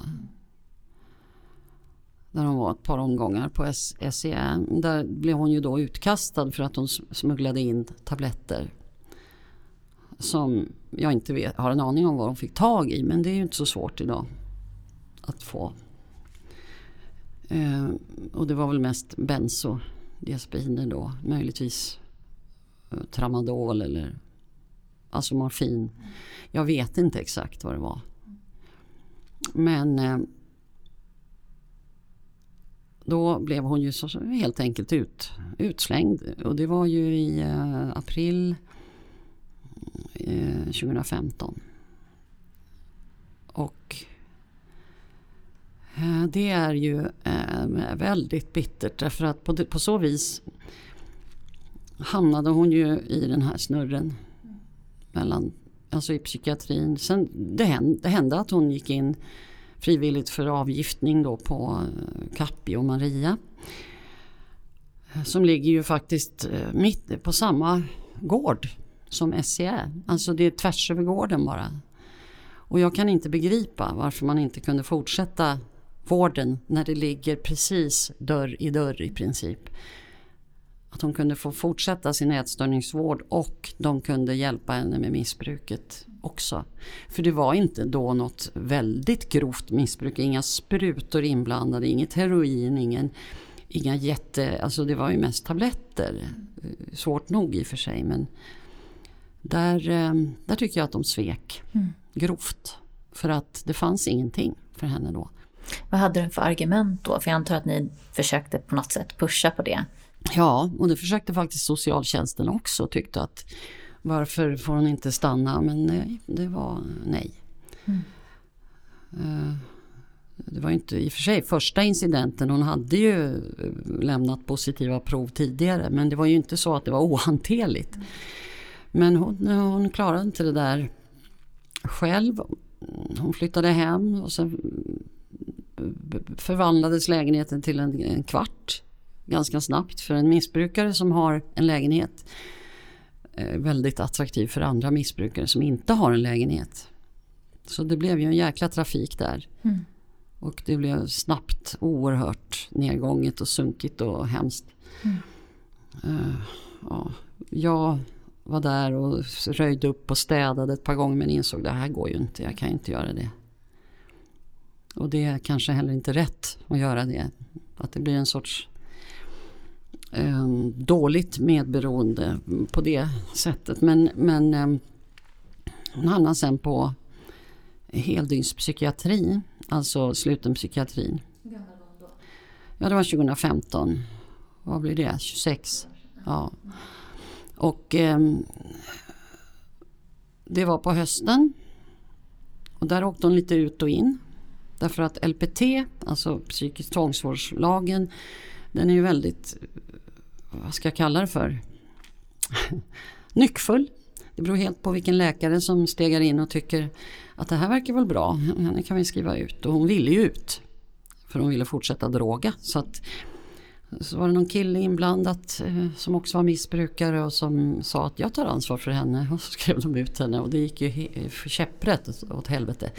S2: där hon var ett par omgångar på S E M. Där blev hon ju då utkastad för att hon smugglade in tabletter som jag inte vet, har en aning om vad de fick tag i, men det är ju inte så svårt idag att få. Eh, och det var väl mest bensodiazepiner då, möjligtvis eh, tramadol eller alltså morfin. Jag vet inte exakt vad det var. Men eh, då blev hon ju så, så helt enkelt ut, utslängd, och det var ju i eh, april tjugo femton. Och det är ju väldigt bittert, därför att på, på så vis hamnade hon ju i den här snurren mellan alltså i psykiatrin. Sen det hände, det hände att hon gick in frivilligt för avgiftning då på Kappi och Maria. Som ligger ju faktiskt mitt på samma gård som S C Ä. Alltså det är tvärs över gården bara. Och jag kan inte begripa varför man inte kunde fortsätta vården när det ligger precis dörr i dörr i princip. Att hon kunde få fortsätta sin ätstörningsvård och de kunde hjälpa henne med missbruket också. För det var inte då något väldigt grovt missbruk, inga sprutor inblandade, inget heroin, ingen, inga jätte, alltså det var ju mest tabletter. Svårt nog i och för sig, men där, där tycker jag att de svek mm. grovt. För att det fanns ingenting för henne då.
S1: Vad hade den för argument då? För jag antar att ni försökte på något sätt pusha på det.
S2: Ja, och det försökte faktiskt socialtjänsten också. Tyckte att varför får hon inte stanna? Men nej, det var nej. Mm. Det var inte i och för sig första incidenten. Hon hade ju lämnat positiva prov tidigare. Men det var ju inte så att det var ohanterligt. Mm. Men hon, hon klarade inte det där själv. Hon flyttade hem och sen förvandlades lägenheten till en, en kvart ganska snabbt. För en missbrukare som har en lägenhet är väldigt attraktiv för andra missbrukare som inte har en lägenhet. Så det blev ju en jäkla trafik där. Mm. Och det blev snabbt oerhört nedgånget och sunkigt och hemskt. Mm. Uh, ja, jag var där och röjde upp och städade ett par gånger men insåg att det här går ju inte, jag kan inte göra det. Och det är kanske heller inte rätt att göra det. Att det blir en sorts eh, dåligt medberoende på det sättet. Men, men eh, hon hamnade sen på heldygns-psykiatri, alltså sluten psykiatrin. Hur gammal var hon då? Ja, det var tjugo femton. Vad blir det? tjugosex. Ja. Och eh, det var på hösten. Och där åkte hon lite ut och in. Därför att L P T, alltså psykisk tvångsvårdslagen, den är ju väldigt, vad ska jag kalla det för? Nyckfull. Det beror helt på vilken läkare som stegar in och tycker att det här verkar väl bra. Henne kan vi skriva ut. Och hon ville ju ut. För hon ville fortsätta droga. Så att så var det någon kille inblandat eh, som också var missbrukare och som sa att jag tar ansvar för henne. Och så skrev de ut henne och det gick ju he- för käpprätt åt helvete.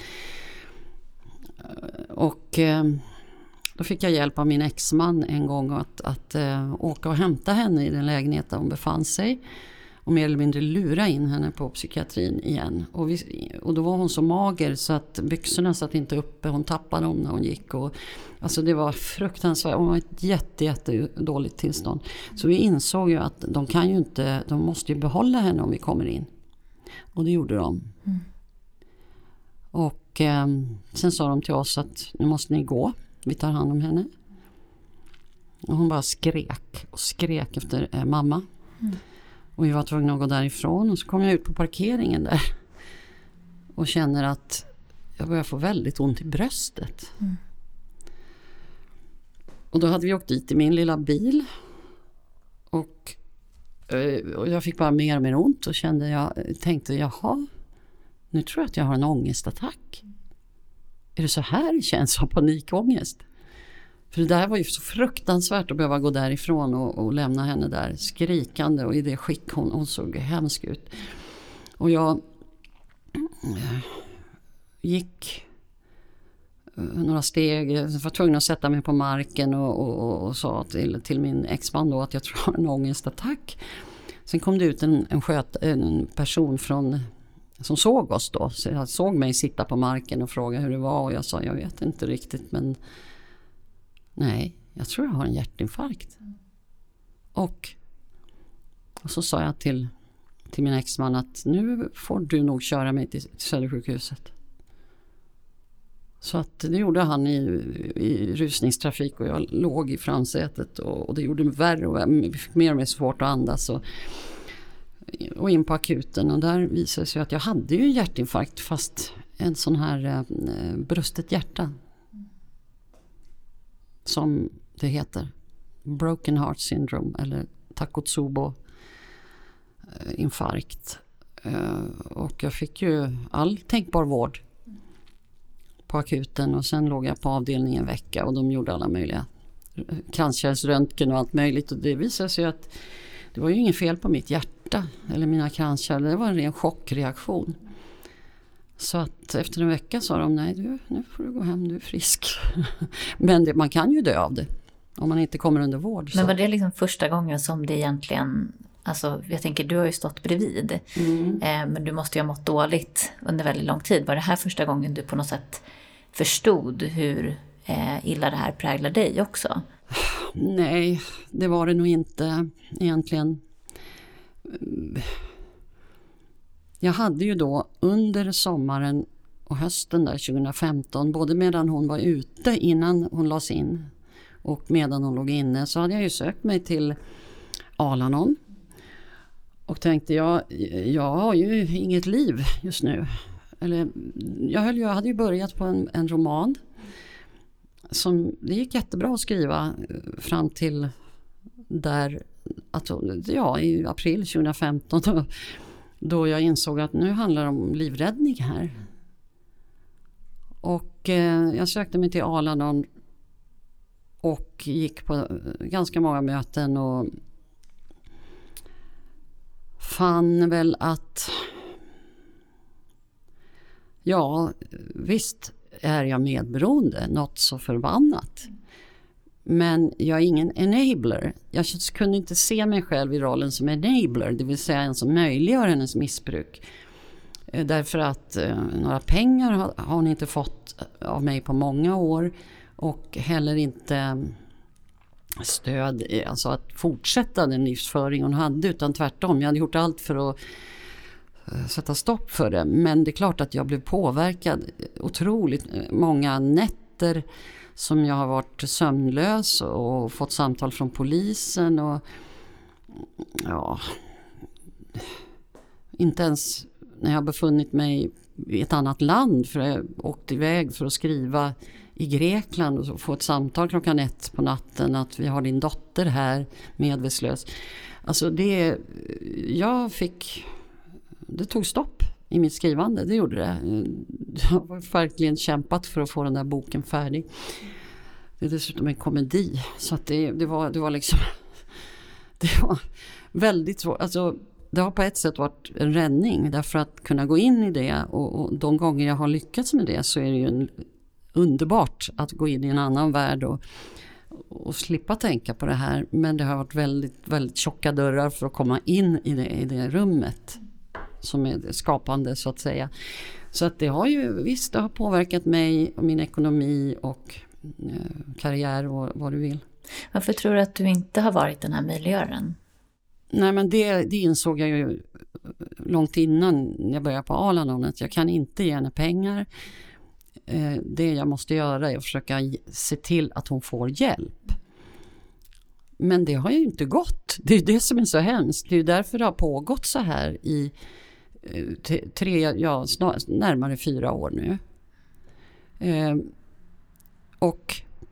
S2: Och eh, då fick jag hjälp av min exman en gång att, att eh, åka och hämta henne i den lägenhet där hon befann sig. Och mer eller mindre lura in henne på psykiatrin igen. Och, vi, och då var hon så mager så att byxorna satt inte uppe. Hon tappade dem när hon gick. Och, alltså det var fruktansvärt. Hon var ett jätte, jätte dåligt tillstånd. Så vi insåg ju att de kan ju inte, de måste ju behålla henne om vi kommer in. Och det gjorde de. Mm. Och eh, sen sa de till oss att nu måste ni gå. Vi tar hand om henne. Och hon bara skrek och skrek efter eh, mamma. Mm. Och vi var tvungna att gå därifrån och så kom jag ut på parkeringen där. Och känner att jag börjar få väldigt ont i bröstet. Mm. Och då hade vi åkt dit i min lilla bil. Och, och jag fick bara mer och mer ont och kände jag tänkte jaha, nu tror jag att jag har en ångestattack. Är det så här det känns som panikångest? För det där var ju så fruktansvärt att behöva gå därifrån och, och lämna henne där skrikande och i det skick hon, hon såg hemsk ut. Och jag äh, gick äh, några steg, jag var tvungen att sätta mig på marken och, och, och, och sa till, till min exman då att jag tror jag har en ångestattack. Sen kom det ut en, en, sköt, en person från, som såg oss då. Så jag såg mig sitta på marken och frågade hur det var och jag sa jag vet inte riktigt men nej, jag tror jag har en hjärtinfarkt. Mm. Och, och så sa jag till, till min exman att nu får du nog köra mig till, till Södersjukhuset. Så att det gjorde han i, i rusningstrafik och jag låg i framsätet och, och det gjorde mig värre och vi fick mer och mer svårt att andas och, och in på akuten och där visade sig att jag hade ju en hjärtinfarkt fast en sån här eh, brustet hjärta. Som det heter. Broken heart syndrome eller Takotsubo infarkt. Och jag fick ju all tänkbar vård på akuten och sen låg jag på avdelningen en vecka och de gjorde alla möjliga kranskärlsröntgen och allt möjligt och det visade sig att det var ju inget fel på mitt hjärta eller mina kranskärl, det var en ren chockreaktion. Så att efter en vecka sa de nej, du, nu får du gå hem, du är frisk. Men det, man kan ju dö av det om man inte kommer under vård.
S1: Men var det liksom första gången som det egentligen, alltså jag tänker du har ju stått bredvid, mm. eh, men du måste ju ha mått dåligt under väldigt lång tid. Var det här första gången du på något sätt förstod hur eh, illa det här präglar dig också?
S2: Nej, det var det nog inte egentligen. Jag hade ju då under sommaren och hösten där tjugohundrafemton, både medan hon var ute innan hon lades in och medan hon låg inne, så hade jag ju sökt mig till Alanon. Och tänkte jag, jag har ju inget liv just nu. Eller, jag, höll, jag hade ju börjat på en, en roman. Som, det gick jättebra att skriva fram till där, att, ja, i april tjugohundrafemton. Då, då jag insåg att nu handlar det om livräddning här. Och eh, jag sökte mig till Alanon och gick på ganska många möten och fann väl att ja, visst är jag medberoende, något så förbannat. Men jag är ingen enabler. Jag kunde inte se mig själv i rollen som enabler, det vill säga en som möjliggör hennes missbruk. Därför att eh, några pengar har, har hon inte fått av mig på många år och heller inte stöd, alltså att fortsätta den livsföring hon hade, utan tvärtom. Jag hade gjort allt för att sätta stopp för det. Men det är klart att jag blev påverkad otroligt många nätter som jag har varit sömnlös och fått samtal från polisen och ja, inte ens när jag befunnit mig i ett annat land, för jag åkte iväg för att skriva i Grekland och få ett samtal klockan ett på natten att vi har din dotter här medvetslös. Alltså det, jag fick, det tog stopp i mitt skrivande, det gjorde det. Jag har verkligen kämpat för att få den där boken färdig. Det är dessutom en komedi, så att det, det var det var liksom det var väldigt svårt. Alltså det har på ett sätt varit en räddning, därför att kunna gå in i det och, och de gånger jag har lyckats med det så är det ju en, underbart att gå in i en annan värld och, och slippa tänka på det här. Men det har varit väldigt, väldigt tjocka dörrar för att komma in i det, i det rummet som är skapande så att säga. Så att det har ju, visst det har påverkat mig och min ekonomi och eh, karriär och vad du vill.
S1: Varför tror du att du inte har varit den här möjliggöraren?
S2: Nej, men det, det insåg jag ju långt innan jag började på Alanon, att jag kan inte ge henne pengar. Eh, det jag måste göra är att försöka se till att hon får hjälp. Men det har ju inte gått. Det är det som är så hemskt. Det är därför det har pågått så här i eh, tre, ja, snar, närmare fyra år nu. Eh, och,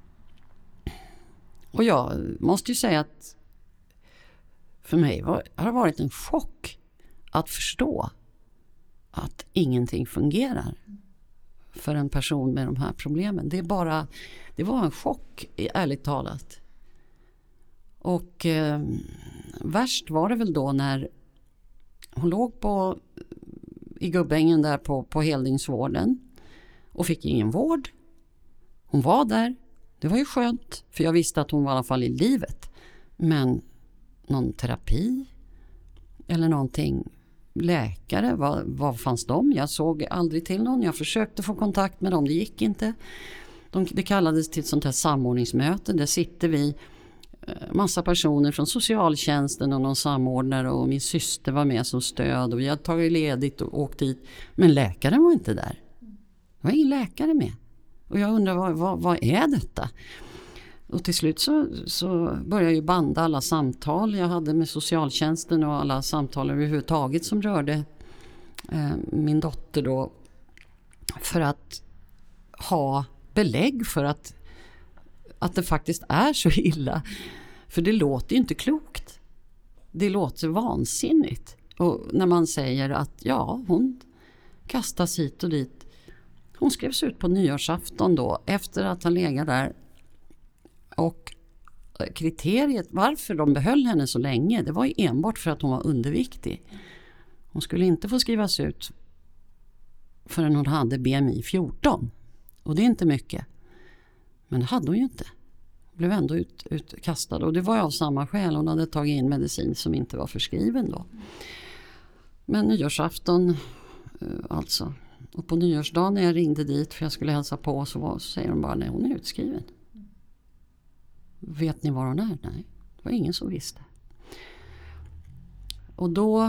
S2: och jag måste ju säga att för mig var, har det varit en chock att förstå att ingenting fungerar för en person med de här problemen. Det är bara, det var en chock, ärligt talat. Och eh, värst var det väl då när hon låg på, i Gubbängen där på, på heldygnsvården och fick ingen vård. Hon var där. Det var ju skönt, för jag visste att hon var i alla fall i livet. Men någon terapi eller någonting, läkare, vad, vad fanns de? Jag såg aldrig till någon. Jag försökte få kontakt med dem, det gick inte. De, det kallades till ett sånt här samordningsmöte. Där sitter vi, massa personer från socialtjänsten och någon samordnare, och min syster var med som stöd och vi hade tagit ledigt och åkt dit. Men läkaren var inte där. Det var ingen läkare med. Och jag undrar, vad, vad, vad är detta? Och till slut så, så började jag ju banda alla samtal jag hade med socialtjänsten och alla samtal överhuvudtaget som rörde eh, min dotter då, för att ha belägg för att, att det faktiskt är så illa. För det låter ju inte klokt. Det låter vansinnigt. Och när man säger att ja, hon kastas hit och dit. Hon skrevs ut på nyårsafton då efter att ha legat där. Och kriteriet varför de behöll henne så länge, det var ju enbart för att hon var underviktig. Hon skulle inte få skrivas ut förrän hon hade B M I fjorton. Och det är inte mycket. Men det hade hon ju inte. Hon blev ändå ut, utkastad. Och det var av samma skäl. Hon hade tagit in medicin som inte var förskriven då. Men nyårsafton alltså. Och på nyårsdagen när jag ringde dit för jag skulle hälsa på så, var, så säger de bara nej, hon är utskriven. Vet ni var hon är? Nej, det var ingen som visste. Och då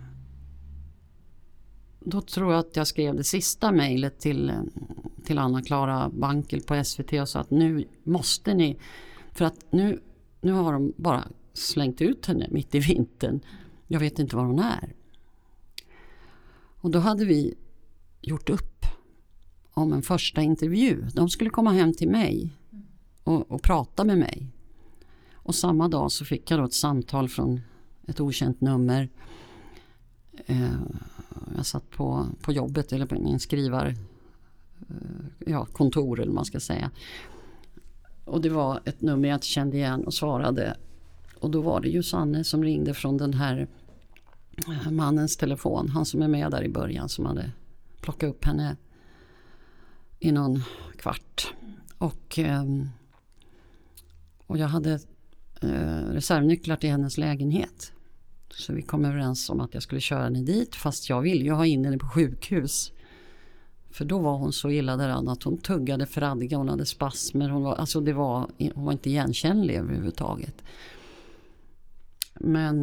S2: då tror jag att jag skrev det sista mejlet till, till Anna-Klara Bankel på S V T och sa att nu måste ni, för att nu, nu har de bara slängt ut henne mitt i vintern. Jag vet inte var hon är. Och då hade vi gjort upp om en första intervju. De skulle komma hem till mig och, och prata med mig. Och samma dag så fick jag då ett samtal från ett okänt nummer. Eh, jag satt på, på jobbet eller på min skrivar eh, ja, kontor eller vad man ska säga. Och det var ett nummer jag inte kände igen och svarade. Och då var det ju Sanne som ringde från den här mannens telefon. Han som är med där i början som hade plockat upp henne i någon kvart. Och, och jag hade reservnycklar till hennes lägenhet. Så vi kom överens om att jag skulle köra henne dit. Fast jag ville ju ha in henne på sjukhus. För då var hon så illa däran att hon tuggade fradga. Hon hade spasmer. Hon var, alltså det var, hon var inte igenkännlig överhuvudtaget. Men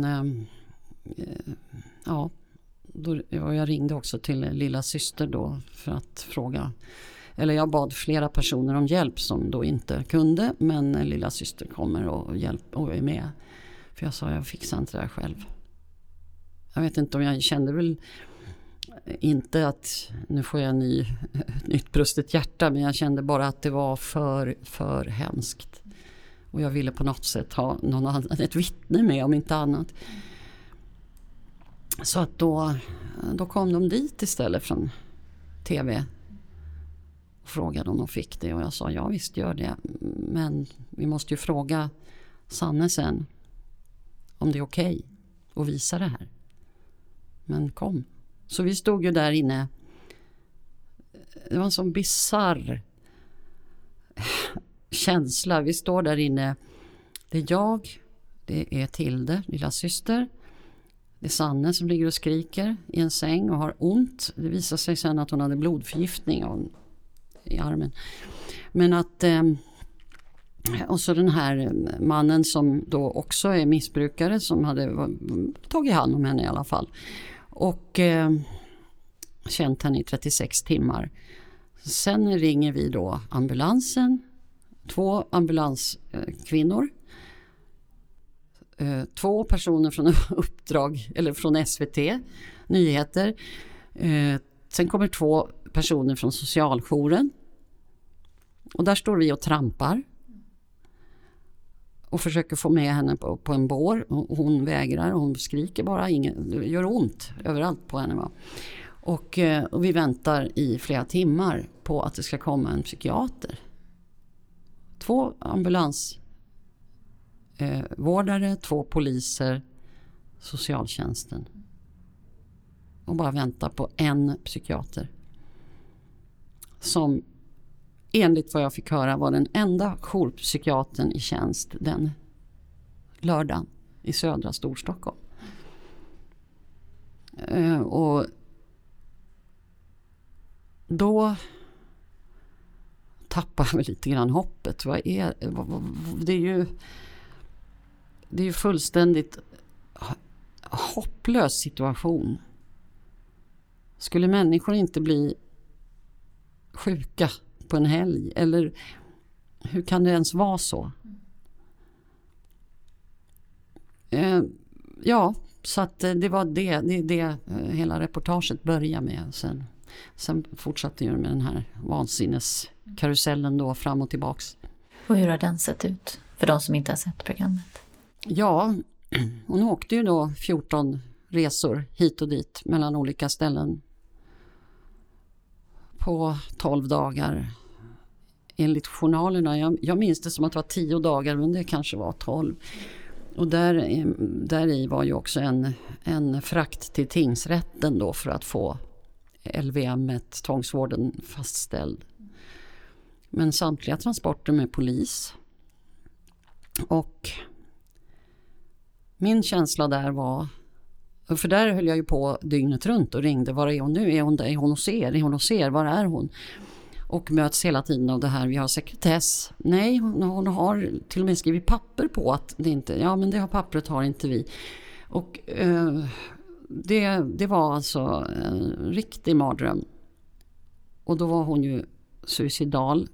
S2: ja, då, jag ringde också till lilla syster då för att fråga, eller jag bad flera personer om hjälp som då inte kunde, men lilla syster kommer och, hjälp, och är med. För jag sa, jag fixar inte det här själv. Jag vet inte om jag kände väl inte att nu får jag en ny, ett nytt brustet hjärta, men jag kände bara att det var för, för hemskt. Och jag ville på något sätt ha någon annan, ett vittne med om inte annat. Så att då, då kom de dit istället från tv och frågade om de fick det. Och jag sa, ja visst gör det. Men vi måste ju fråga Sanne sen om det är okej att visa det här. Men kom. Så vi stod ju där inne. Det var en sån bizarr känsla. Vi står där inne. Det är jag, det är Tilde, lilla syster. Det är Sanne som ligger och skriker i en säng och har ont. Det visar sig sen att hon hade blodförgiftning av, i armen. Men att eh, och så den här mannen som då också är missbrukare som hade tagit hand om henne i alla fall. Och eh, känt henne i trettiosex timmar. Sen ringer vi då ambulansen. Två ambulanskvinnor. Eh, två personer från Uppdrag eller från S V T Nyheter. Eh, sen kommer två personer från socialjouren. Och där står vi och trampar. Och försöker få med henne på, på en bår. Och hon vägrar och hon skriker bara. Ingen, det gör ont överallt på henne. Va? Och, eh, och vi väntar i flera timmar på att det ska komma en psykiater. Två ambulansvårdare, eh, två poliser, socialtjänsten. Och bara vänta på en psykiater. Som enligt vad jag fick höra var den enda jourpsykiatern i tjänst den lördagen i södra Storstockholm. Eh, och då tappar jag lite grann hoppet. Vad är, det är ju det är ju fullständigt hopplös situation. Skulle människor inte bli sjuka på en helg? Eller hur kan det ens vara så? Eh, ja, så att det var det, det, det hela reportaget började med. Sen, sen fortsatte ju med den här vansinneskarusellen då fram och tillbaks.
S1: Och hur har den sett ut för de som inte har sett programmet?
S2: Ja, hon åkte ju då fjorton resor hit och dit mellan olika ställen på tolv dagar. Enligt journalerna, jag, jag minns det som att det var tio dagar, men det kanske var tolv. Och där, där i var ju också en, en frakt till tingsrätten då för att få L V M, tvångsvården, fastställd. Men samtliga transporter med polis. Och min känsla där var, för där höll jag ju på dygnet runt och ringde, var är hon nu? Är hon, där? Är hon hos er? Är hon hos er? Var är hon? Och möts hela tiden av det här, vi har sekretess. Nej, hon, hon har till och med skrivit papper på att det inte, ja men det har pappret har inte vi. Och eh, det, det var alltså en riktig mardröm. Och då var hon ju suicidal.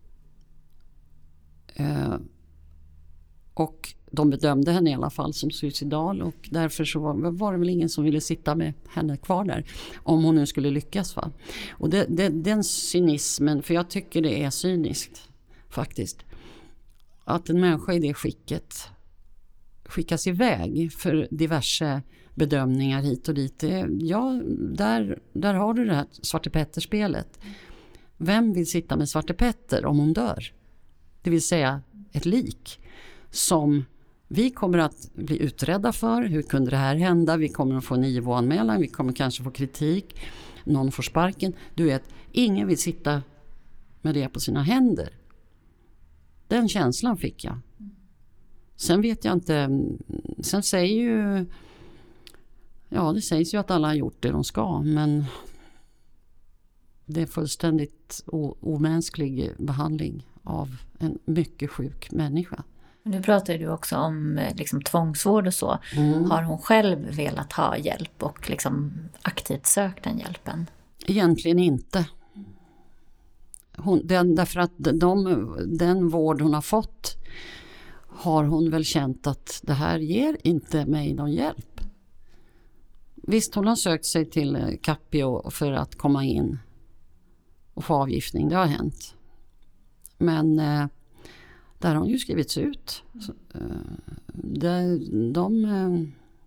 S2: Eh, och de bedömde henne i alla fall som suicidal, och därför så var, var det väl ingen som ville sitta med henne kvar där om hon nu skulle lyckas. Va? Och det, det, den cynismen, för jag tycker det är cyniskt faktiskt, att en människa i det skicket skickas iväg för diverse bedömningar hit och dit. Det, ja, där, där har du det här Svarte Petter-spelet. Vem vill sitta med Svarte Petter om hon dör? Det vill säga ett lik som vi kommer att bli utredda för. Hur kunde det här hända? Vi kommer att få en I V O-anmälan. Vi kommer kanske få kritik. Någon får sparken. Du vet, ingen vill sitta med det på sina händer. Den känslan fick jag. Sen vet jag inte. Sen säger ju, ja, det sägs ju att alla har gjort det de ska. Men det är fullständigt o- omänsklig behandling av en mycket sjuk människa.
S1: Nu pratar du också om liksom, tvångsvård och så.
S2: Mm.
S1: Har hon själv velat ha hjälp och liksom, aktivt sökt den hjälpen?
S2: Egentligen inte. Hon, den, därför att de, den vård hon har fått har hon väl känt att det här ger inte mig någon hjälp. Visst, hon har sökt sig till Capio för att komma in och få avgiftning. Det har hänt. Men eh, där har hon ju skrivits ut. Så, eh, de, de, eh,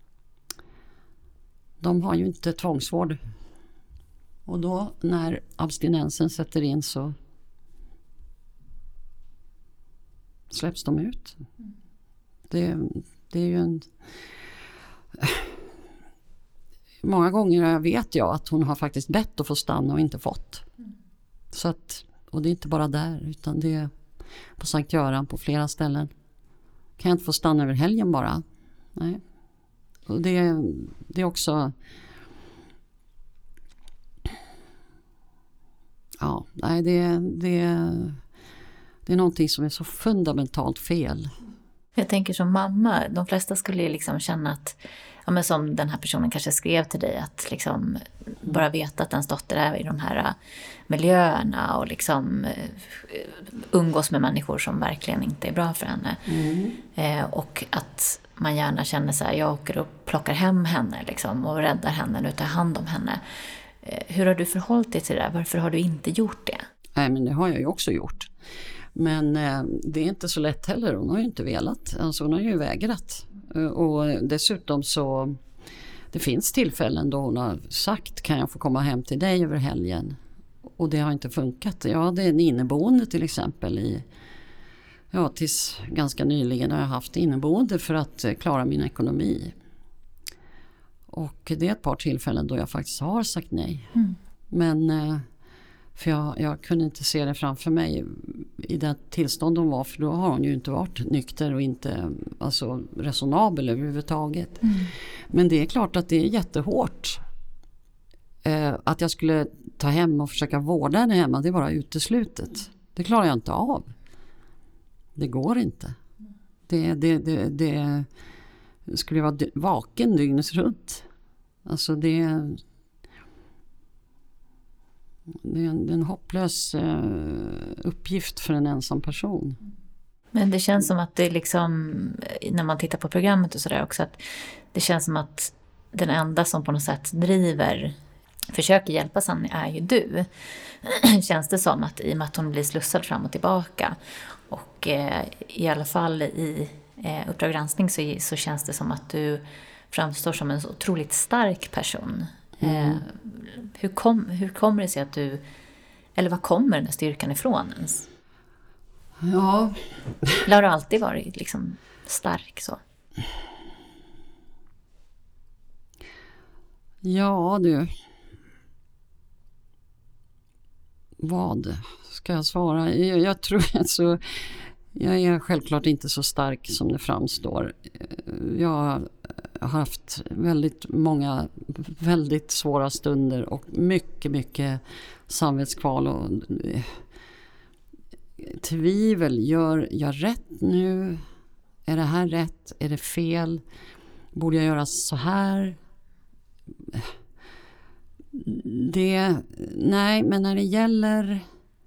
S2: de har ju inte tvångsvård. Och då när abstinensen sätter in så släpps de ut. Det, det är ju en... Många gånger vet jag att hon har faktiskt bett att få stanna och inte fått. Så att, och det är inte bara där, utan det är på Sankt Göran på flera ställen. Kan jag inte få stanna över helgen bara? Nej. Och det, det är också... Ja, nej, det, det, det är någonting som är så fundamentalt fel.
S1: Jag tänker som mamma, de flesta skulle ju liksom känna att, ja, men som den här personen kanske skrev till dig, att liksom bara veta att ens dotter är i de här miljöerna och liksom umgås med människor som verkligen inte är bra för henne. Mm. Eh, och att man gärna känner så här, jag åker och plockar hem henne liksom, och räddar henne och tar hand om henne. Eh, hur har du förhållit dig till det? Varför har du inte gjort det?
S2: Nej, men det har jag ju också gjort. Men eh, det är inte så lätt heller. Hon har ju inte velat. Alltså hon har ju vägrat. Och dessutom så det finns tillfällen då hon har sagt, kan jag få komma hem till dig över helgen? Och det har inte funkat. Jag hade en inneboende till exempel i, ja, tills ganska nyligen har jag haft inneboende för att klara min ekonomi. Och det är ett par tillfällen då jag faktiskt har sagt nej. Mm. Men för jag, jag kunde inte se det framför mig i det tillstånd hon var, för då har hon ju inte varit nykter och inte alltså, resonabel överhuvudtaget. Mm. Men det är klart att det är jättehårt. Eh, att jag skulle ta hem och försöka vårda henne hemma, det är bara uteslutet. Det klarar jag inte av. Det går inte. Det, det, det, det skulle vara vaken dygnet runt. Alltså det Det är en, det är en hopplös eh, uppgift för en ensam person.
S1: Men det känns som att det liksom, när man tittar på programmet och sådär också, att det känns som att den enda som på något sätt driver, försöker hjälpa Sanni är ju du. Känns det som att i och med att hon blir slussad fram och tillbaka, och eh, i alla fall i eh, Uppdrag granskning så, så känns det som att du framstår som en så otroligt stark person.
S2: Mm.
S1: Eh, hur, kom, hur kommer det sig att du, eller var kommer den här styrkan ifrån ens?
S2: Ja.
S1: Eller har du alltid varit liksom stark så?
S2: Ja du. Vad ska jag svara? Jag, jag tror alltså, jag är självklart inte så stark som det framstår. Jag har haft väldigt många väldigt svåra stunder och mycket, mycket samvetskval och tvivel. Gör jag rätt nu? Är det här rätt? Är det fel? Borde jag göra så här? Det, nej, men när det gäller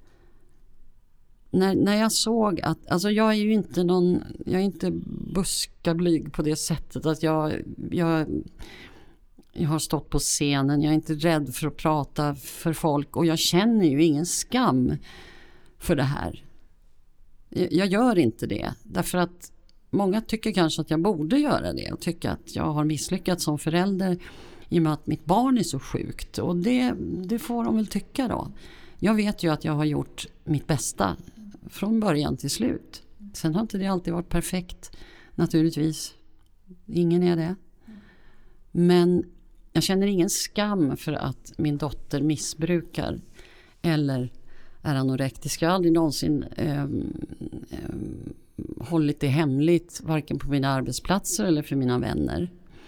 S2: när, när jag såg att, alltså jag är ju inte någon, jag är inte buskablyg på det sättet att jag, jag jag har stått på scenen, jag är inte rädd för att prata för folk och jag känner ju ingen skam för det här. Jag, jag gör inte det, därför att många tycker kanske att jag borde göra det och tycker att jag har misslyckats som förälder i och med att mitt barn är så sjukt. Och det, det får de väl tycka då. Jag vet ju att jag har gjort mitt bästa från början till slut. Sen har inte det alltid varit perfekt, naturligtvis. Ingen är det. Men jag känner ingen skam för att min dotter missbrukar eller är anorektisk. Jag har aldrig någonsin eh, eh, hållit det hemligt, varken på mina arbetsplatser eller för mina vänner.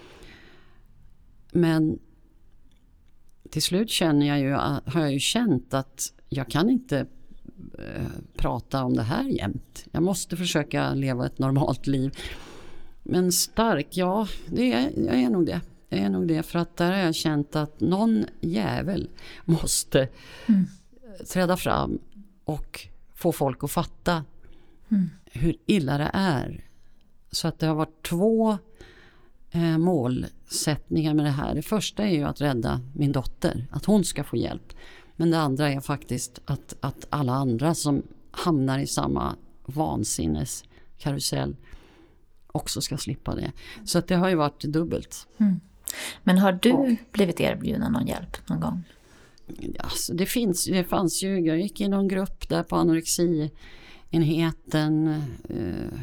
S2: Men till slut känner jag ju, har jag ju känt att jag kan inte eh, prata om det här jämt. Jag måste försöka leva ett normalt liv. Men stark, ja, det är, jag är nog det. Jag är nog det, för att där har jag känt att någon jävel måste mm. träda fram och få folk att fatta mm. hur illa det är. Så att det har varit två eh, målsättningar med det här. Det första är ju att rädda min dotter, att hon ska få hjälp. Men det andra är faktiskt att, att alla andra som hamnar i samma vansinneskarusell också ska slippa det. Så att det har ju varit dubbelt. Mm.
S1: Men har du och, blivit erbjuden någon hjälp någon gång?
S2: Alltså det, finns, det fanns ju, jag gick i någon grupp där på anorexienheten. Eh,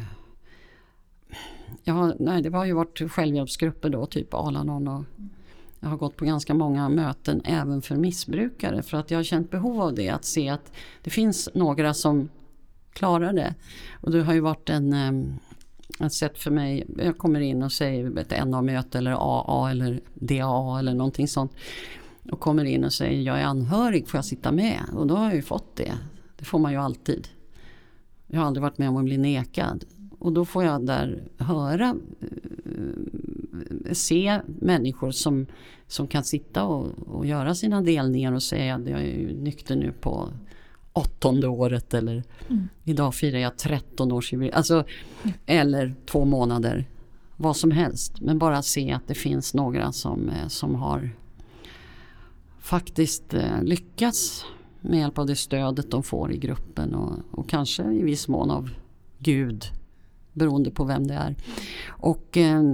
S2: ja, nej, det har ju varit självhjälpsgrupper då, typ Alanon, och jag har gått på ganska många möten även för missbrukare, för att jag har känt behov av det, att se att det finns några som klarar det. Och det har ju varit en... Eh, ett sätt för mig, jag kommer in och säger ett N A-möte eller A A eller D A eller någonting sånt, och kommer in och säger jag är anhörig, får jag sitta med? Och då har jag ju fått det. Det får man ju alltid. Jag har aldrig varit med om att bli nekad. Och då får jag där höra, se människor som, som kan sitta och, och göra sina delningar och säga att jag är ju nykter nu på åttonde året, eller mm. idag firar jag tretton års jubileum, alltså, mm. eller två månader, vad som helst, men bara se att det finns några som, som har faktiskt eh, lyckats med hjälp av det stödet de får i gruppen, och, och kanske i viss mån av Gud, beroende på vem det är. Och eh,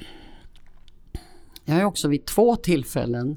S2: jag har också vid två tillfällen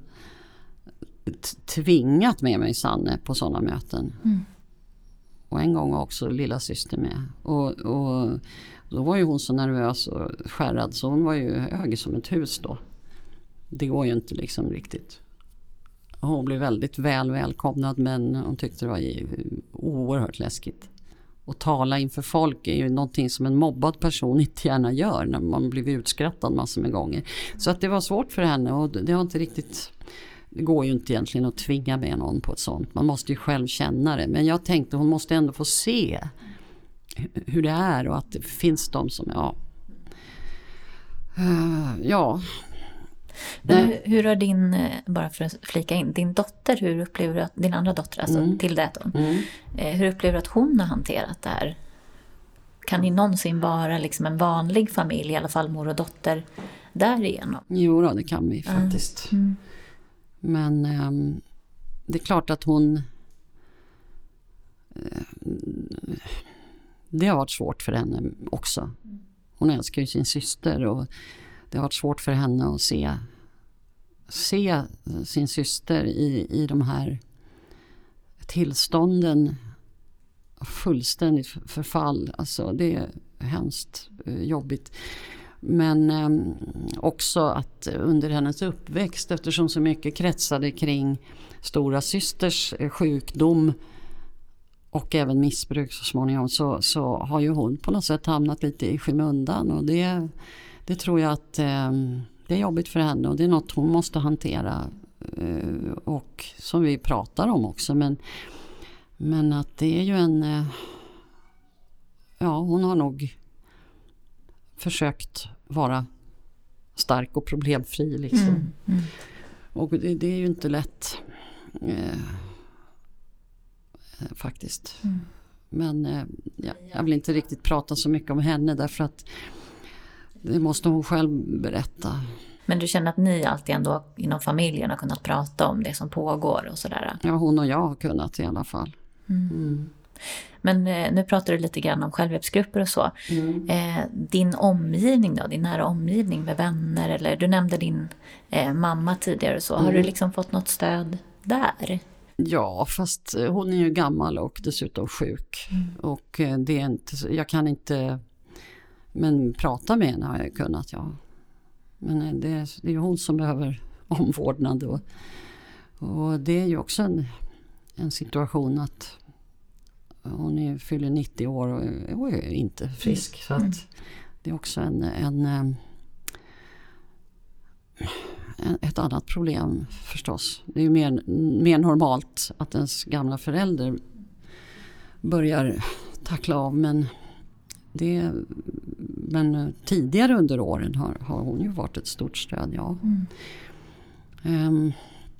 S2: tvingat med mig Sanne på sådana möten. Mm. Och en gång var också lilla syster med. Och, och då var ju hon så nervös och skärrad, så hon var ju hög som ett hus då. Det går ju inte liksom riktigt. Hon blev väldigt väl välkomnad, men hon tyckte det var oerhört läskigt. Och tala inför folk är ju någonting som en mobbad person inte gärna gör när man blir utskrattad massor med gånger. Så att det var svårt för henne, och det har inte riktigt... Det går ju inte egentligen att tvinga med någon på ett sånt. Man måste ju själv känna det. Men jag tänkte hon måste ändå få se hur det är, och att det finns de som, ja. Uh, ja.
S1: Men hur, hur har din, bara för att flika in, din dotter, hur upplever du att, din andra dotter, alltså mm. till det då, mm. hur upplever du att hon har hanterat det här? Kan ni någonsin vara liksom en vanlig familj, i alla fall mor och dotter, därigenom?
S2: Jo då, det kan vi faktiskt. Mm. Men um, det är klart att hon... Uh, det har varit svårt för henne också. Hon älskar ju sin syster, och det har varit svårt för henne att se, se sin syster i, i de här tillstånden, fullständigt förfall. Alltså det är hemskt jobbigt. Men eh, också att under hennes uppväxt, eftersom så mycket kretsade kring stora systers sjukdom och även missbruk så småningom, så, så har ju hon på något sätt hamnat lite i skymundan. Och det, det tror jag att eh, det är jobbigt för henne och det är något hon måste hantera. Eh, och som vi pratar om också. Men, men att det är ju en... Eh, ja, hon har nog försökt vara stark och problemfri liksom. Mm, mm. Och det, det är ju inte lätt eh, faktiskt. Mm. Men eh, ja, jag vill inte riktigt prata så mycket om henne därför att det måste hon själv berätta.
S1: Men du känner att ni alltid ändå inom familjen har kunnat prata om det som pågår och sådär?
S2: Ja, hon och jag har kunnat i alla fall. Mm. Mm.
S1: Men eh, nu pratar du lite grann om självhjälpsgrupper och så. Mm. Eh, din omgivning då, din nära omgivning med vänner, eller du nämnde din eh, mamma tidigare och så. Mm. Har du liksom fått något stöd där?
S2: Ja, fast hon är ju gammal och dessutom sjuk. Mm. Och eh, det är inte, jag kan inte, men prata med henne har jag kunnat, ja. Men eh, det, det är ju hon som behöver omvårdnad och, och det är ju också en, en situation att hon är, fyller nittio år och är, och är inte frisk. Så att det är också en, en, en, ett annat problem förstås. Det är ju mer, mer normalt att ens gamla förälder börjar tackla av. Men, det, men tidigare under åren har, har hon ju varit ett stort stöd, ja. Mm. Um,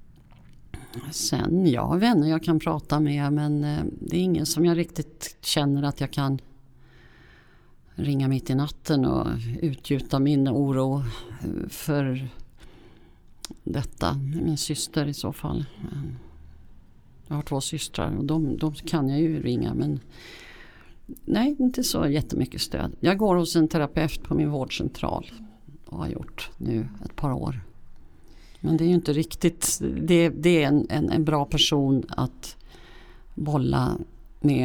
S2: Sen, jag har vänner jag kan prata med, men eh, det är ingen som jag riktigt känner att jag kan ringa mitt i natten och utgjuta min oro för detta. Min syster i så fall. Jag har två systrar och de, de kan jag ju ringa, men nej, inte så jättemycket stöd. Jag går hos en terapeut på min vårdcentral och har gjort nu ett par år. Men det är ju inte riktigt, det, det är en, en, en bra person att bolla med.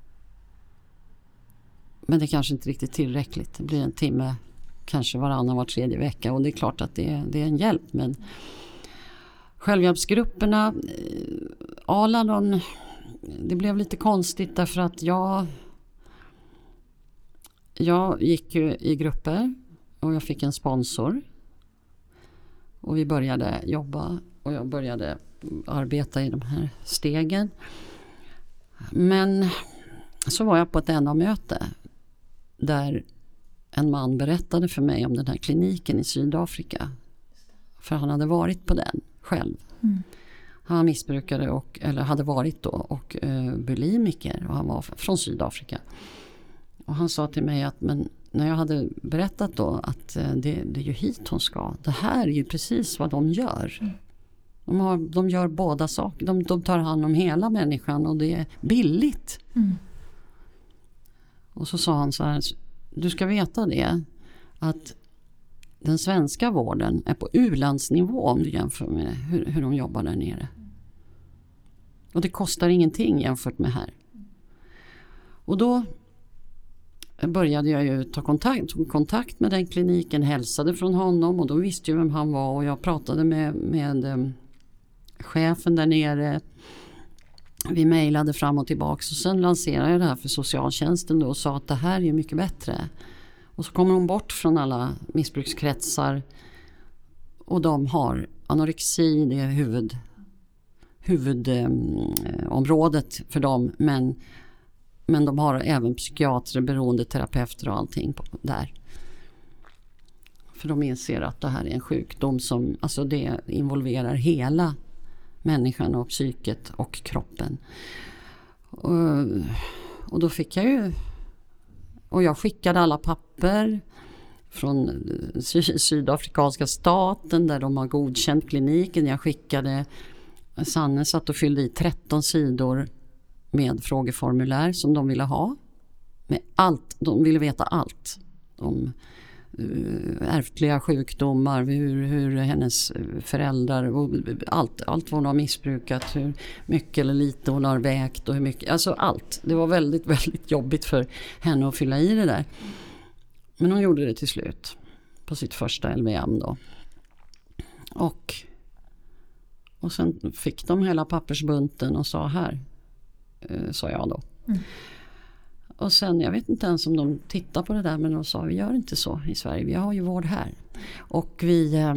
S2: Men det är kanske inte riktigt tillräckligt. Det blir en timme, kanske varannan var tredje vecka. Och det är klart att det är, det är en hjälp. Men självhjälpsgrupperna, Aladon, det blev lite konstigt därför att jag, jag gick ju i grupper och jag fick en sponsor. Och vi började jobba och jag började arbeta i de här stegen. Men så var jag på ett N A-möte där en man berättade för mig om den här kliniken i Sydafrika. För han hade varit på den själv. Mm. Han missbrukade och, eller hade varit då och eh, bulimiker och han var från Sydafrika. Och han sa till mig att men när jag hade berättat då att eh, det, det är ju hit hon ska. Det här är ju precis vad de gör. Mm. De, har, de gör båda saker. De, de tar hand om hela människan och det är billigt. Mm. Och så sa han så här, du ska veta det att den svenska vården är på u-landsnivå om du jämför med hur, hur de jobbar där nere. Och det kostar ingenting jämfört med här. Och då började jag ju ta kontakt, tog kontakt med den kliniken, hälsade från honom och de visste ju vem han var och jag pratade med, med um, chefen där nere. Vi mejlade fram och tillbaka och sen lanserade jag det här för socialtjänsten då och sa att det här är ju mycket bättre. Och så kommer de bort från alla missbrukskretsar och de har anorexi, det är huvud, huvudområdet um, för dem, men Men de har även psykiatrer, beroendeterapeuter och allting på, där. För de inser att det här är en sjukdom som alltså det involverar hela människan och psyket och kroppen. Och, och då fick jag ju... Och jag skickade alla papper från sy- sydafrikanska staten där de har godkänt kliniken. Jag skickade... Sanne satt och fyllde i tretton sidor med frågeformulär som de ville ha. Med allt, de ville veta allt om ärftliga sjukdomar, hur, hur hennes föräldrar och allt, allt vad hon har missbrukat, hur mycket eller lite hon har vägt och hur mycket, alltså allt. Det var väldigt, väldigt jobbigt för henne att fylla i det där. Men hon gjorde det till slut på sitt första L V M då. Och, och sen fick de hela pappersbunten och sa här, eh, sa jag då. Mm. Och sen, jag vet inte ens om de tittar på det där, men de sa, vi gör inte så i Sverige, vi har ju vård här. Och vi, eh,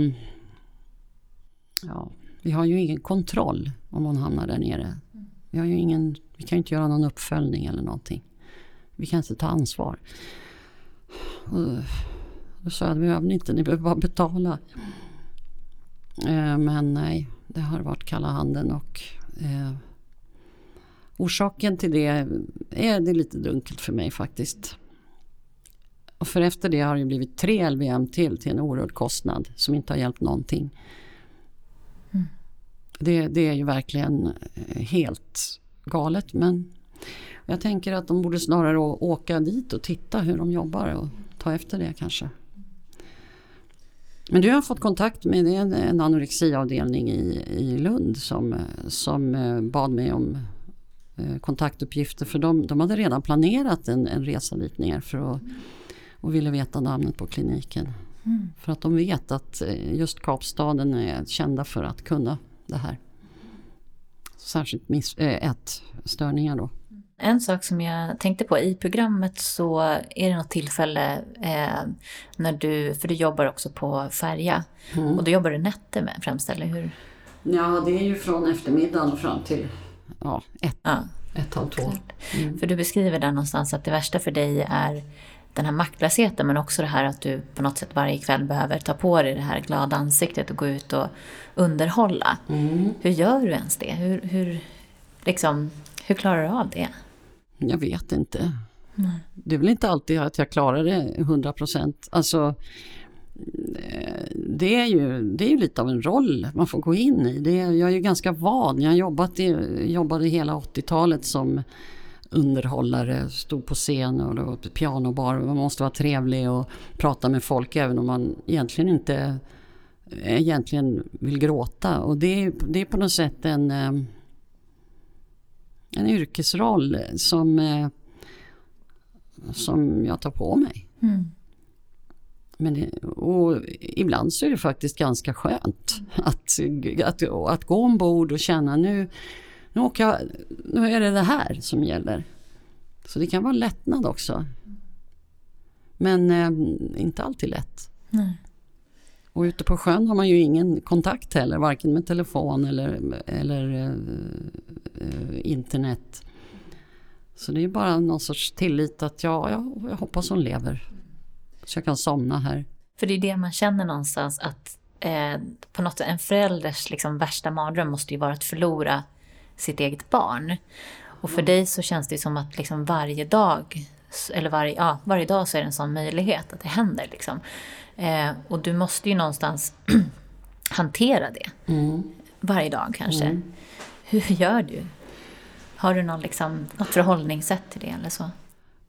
S2: ja, vi har ju ingen kontroll om hon hamnar där nere. Vi har ju ingen, vi kan ju inte göra någon uppföljning eller någonting. Vi kan inte ta ansvar. Och då sa jag, vi behöver inte, ni behöver bara betala. Eh, men nej, det har varit kalla handen och eh, orsaken till det är det lite dunkelt för mig faktiskt. Och för efter det har det blivit tre L V M till till en oerhörd kostnad som inte har hjälpt någonting. Mm. Det, det är ju verkligen helt galet, men jag tänker att de borde snarare åka dit och titta hur de jobbar och ta efter det kanske. Men du har fått kontakt med en, en anorexiavdelning i, i Lund som, som bad mig om kontaktuppgifter, för de, de hade redan planerat en, en resa dit ner för att, och ville veta namnet på kliniken. Mm. För att de vet att just Kapstaden är kända för att kunna det här. Särskilt miss, äh, ätstörningar då.
S1: En sak som jag tänkte på i programmet, så är det något tillfälle eh, när du, för du jobbar också på färja mm. och då jobbar du nätter med främst, eller hur?
S2: Ja, det är ju från eftermiddagen och fram till ja, ett, ja, ett halv två.
S1: Mm. För du beskriver där någonstans att det värsta för dig är den här maktlösheten, men också det här att du på något sätt varje kväll behöver ta på dig det här glada ansiktet och gå ut och underhålla. Mm. Hur gör du ens det? Hur, hur, liksom, hur klarar du av det?
S2: Jag vet inte. Mm. Det är väl inte alltid att jag klarar det hundra procent. Alltså, det är ju det är ju lite av en roll man får gå in i. Det är, jag är ju ganska van. Jag har jobbat i, jobbade hela åttiotalet som underhållare, stod på scen och då, pianobar. Man måste vara trevlig och prata med folk även om man egentligen inte egentligen vill gråta. Och det är, det är på något sätt en en yrkesroll som som jag tar på mig. Mm. Men det, och ibland så är det faktiskt ganska skönt att, att, att gå ombord och känna nu, nu, åker jag, nu är det det här som gäller. Så det kan vara lättnad också. Men eh, inte alltid lätt. Nej. Och ute på sjön har man ju ingen kontakt heller, varken med telefon eller, eller eh, internet. Så det är bara någon sorts tillit att ja, ja, jag hoppas hon lever. Så jag kan somna här.
S1: För det är det man känner någonstans, att eh, på något sätt en förälders liksom värsta mardröm måste ju vara att förlora sitt eget barn. Och för mm. dig så känns det som att liksom varje dag, eller varje, ja, varje dag så är det en sån möjlighet att det händer. Liksom. Eh, och du måste ju någonstans hantera det. Mm. Varje dag kanske. Mm. Hur gör du? Har du någon, liksom, något förhållningssätt till det eller så?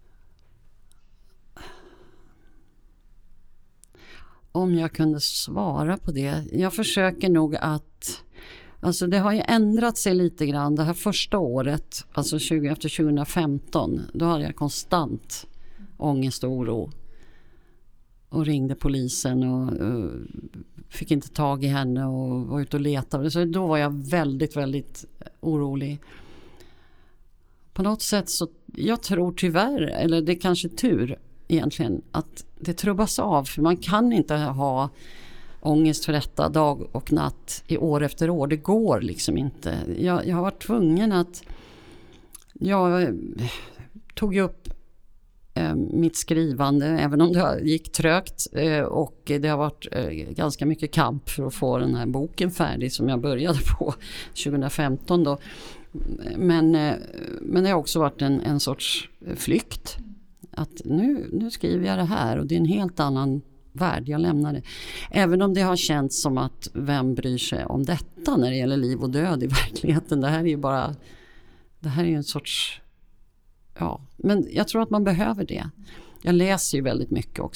S2: Om jag kunde svara på det. Jag försöker nog att, alltså det har ju ändrat sig lite grann. Det här första året, alltså tjugo, efter tjugohundrafemton, då hade jag konstant ångest och oro. Och ringde polisen och uh, fick inte tag i henne och var ute och letade. Så då var jag väldigt, väldigt orolig. På något sätt så, jag tror tyvärr, eller det är kanske tur egentligen, att det trubbas av. För man kan inte ha ångest för detta dag och natt i år efter år. Det går liksom inte. Jag, jag har varit tvungen att, jag tog upp eh, mitt skrivande, även om det gick trögt eh, och det har varit eh, ganska mycket kamp för att få den här boken färdig som jag började på tjugohundrafemton då. Men, eh, men det har också varit en, en sorts flykt. Att nu, nu skriver jag det här och det är en helt annan värld jag lämnar det. Även om det har känts som att vem bryr sig om detta när det gäller liv och död i verkligheten. Det här är ju bara, det här är ju en sorts, ja, men jag tror att man behöver det. Jag läser ju väldigt mycket också.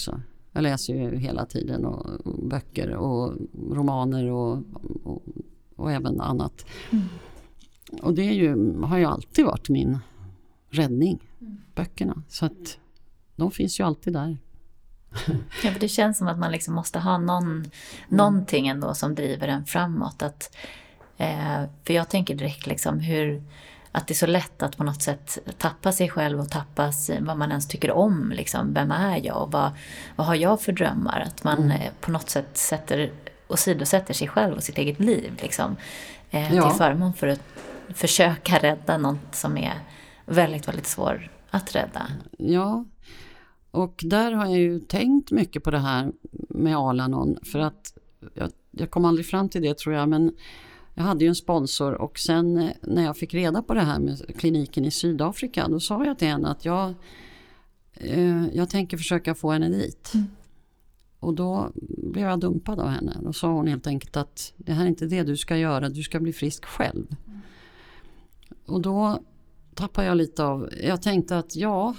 S2: Jag läser ju hela tiden och, och böcker och romaner och, och, och även annat. Mm. Och det är ju, har ju alltid varit min räddning, mm. böckerna. Så att de finns ju alltid där.
S1: Ja, för det känns som att man liksom måste ha någon, mm. någonting ändå som driver en framåt. Att, eh, för jag tänker direkt liksom hur, att det är så lätt att på något sätt tappa sig själv och tappa vad man ens tycker om. Liksom, vem är jag och vad, vad har jag för drömmar? Att man mm. eh, på något sätt sätter och sidosätter sig själv och sitt eget liv liksom, eh, ja. till förmån för att försöka rädda något som är väldigt, väldigt svår att rädda.
S2: Ja, och där har jag ju tänkt mycket på det här med Alanon. För att jag, jag kom aldrig fram till det tror jag, men jag hade ju en sponsor och sen när jag fick reda på det här med kliniken i Sydafrika, då sa jag till henne att jag, eh, jag tänker försöka få henne dit. Mm. Och då blev jag dumpad av henne. Då sa hon helt enkelt att det här är inte det du ska göra, du ska bli frisk själv. Mm. Och då tappade jag lite av, jag tänkte att ja,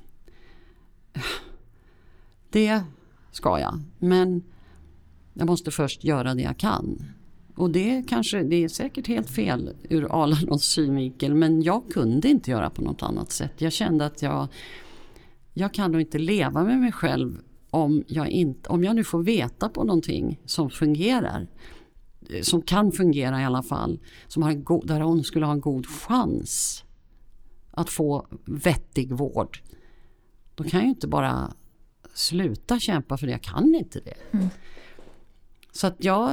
S2: det ska jag, men jag måste först göra det jag kan. Och det kanske, det är säkert helt fel ur Alanons synvinkel, men jag kunde inte göra på något annat sätt. Jag kände att jag, jag kan nog inte leva med mig själv om jag, inte, om jag nu får veta på någonting som fungerar. Som kan fungera i alla fall. Som har en go- där hon skulle ha en god chans att få vettig vård. Då kan jag ju inte bara sluta kämpa för det. Jag kan inte det. Mm. Så att jag...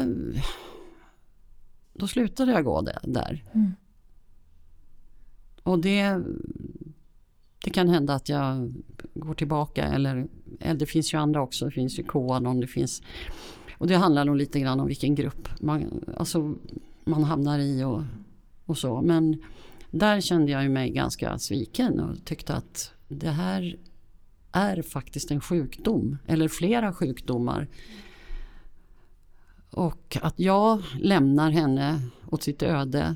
S2: Då slutade jag gå där. Mm. Och det, det kan hända att jag går tillbaka. Eller, eller det finns ju andra också. Det finns ju Qanon. Det finns, och det handlar nog lite grann om vilken grupp man, alltså, man hamnar i och, och så. Men där kände jag mig ganska sviken och tyckte att det här är faktiskt en sjukdom. Eller flera sjukdomar. Och att jag lämnar henne åt sitt öde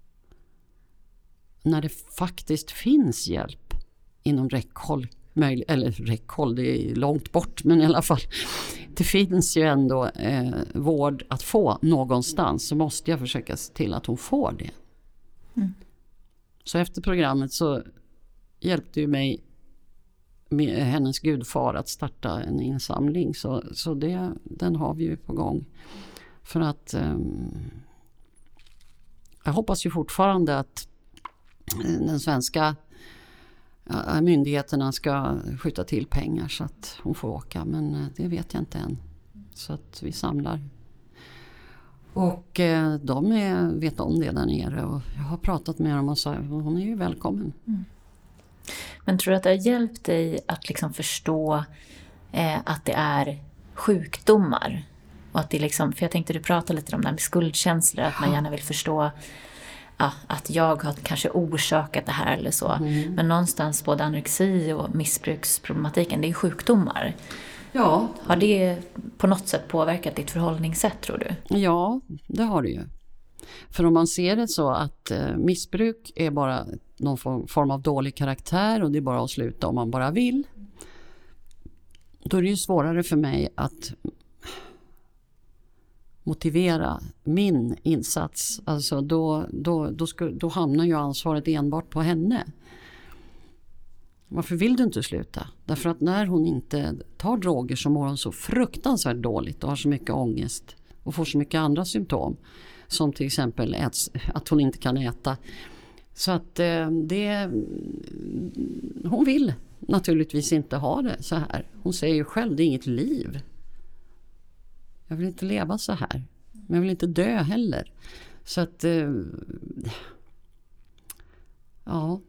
S2: när det faktiskt finns hjälp inom räckhåll. Eller räckhåll, det är långt bort, men i alla fall. Det finns ju ändå eh, vård att få någonstans, så måste jag försöka se till att hon får det. Mm. Så efter programmet så hjälpte ju mig med hennes gudfar att starta en insamling. Så, så det, den har vi ju på gång. För att um, jag hoppas ju fortfarande att den svenska uh, myndigheterna ska skjuta till pengar så att hon får åka. Men uh, det vet jag inte än. Så att vi samlar. Och uh, de är, vet om det där nere. Och jag har pratat med dem och sagt att hon är ju välkommen. Mm.
S1: Men tror du att det har hjälpt dig att liksom förstå eh, att det är sjukdomar? Och att det liksom, för jag tänkte du pratade lite om det här med skuldkänslor, att man gärna vill förstå ja, att jag har kanske orsakat det här eller så. Mm. Men någonstans både anorexi och missbruksproblematiken, det är sjukdomar.
S2: Ja.
S1: Har det på något sätt påverkat ditt förhållningssätt, tror du?
S2: Ja, det har det ju. För om man ser det så att eh, missbruk är bara någon form av dålig karaktär och det är bara att sluta om man bara vill. Då är det ju svårare för mig att motivera min insats. Alltså då, då, då, ska, då hamnar ju ansvaret enbart på henne. Varför vill du inte sluta? Därför att när hon inte tar droger så mår hon så fruktansvärt dåligt och har så mycket ångest och får så mycket andra symptom. Som till exempel äts, att hon inte kan äta. Så att eh, det... Hon vill naturligtvis inte ha det så här. Hon säger ju själv, det är inget liv. Jag vill inte leva så här. Men jag vill inte dö heller. Så att... Eh, ja.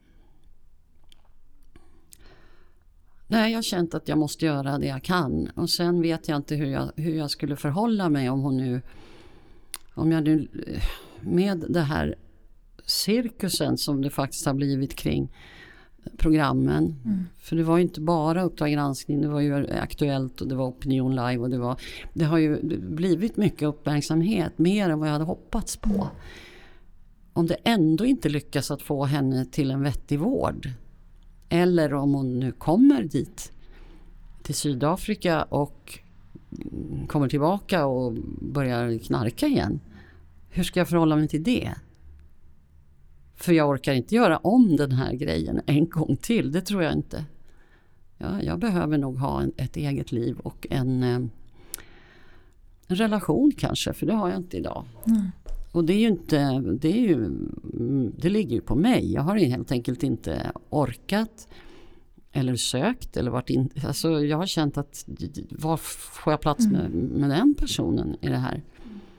S2: Nej, jag har känt att jag måste göra det jag kan. Och sen vet jag inte hur jag, hur jag skulle förhålla mig om hon nu... Om jag nu... Med det här cirkusen som det faktiskt har blivit kring programmen. Mm. För det var ju inte bara Uppdrag granskning, det var ju Aktuellt och det var Opinion Live och det var... Det har ju blivit mycket uppmärksamhet, mer än vad jag hade hoppats på. Mm. Om det ändå inte lyckas att få henne till en vettig vård. Eller om hon nu kommer dit till Sydafrika och kommer tillbaka och börjar knarka igen. Hur ska jag förhålla mig till det? För jag orkar inte göra om den här grejen en gång till. Det tror jag inte. Ja, jag behöver nog ha en, ett eget liv och en, en relation kanske. För det har jag inte idag. Mm. Och det är ju inte... Det, är ju, det ligger ju på mig. Jag har helt enkelt inte orkat eller sökt. Eller varit in, alltså jag har känt att var får jag plats med, med den personen i det här?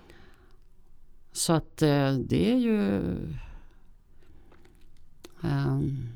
S2: Så att det är ju... Um,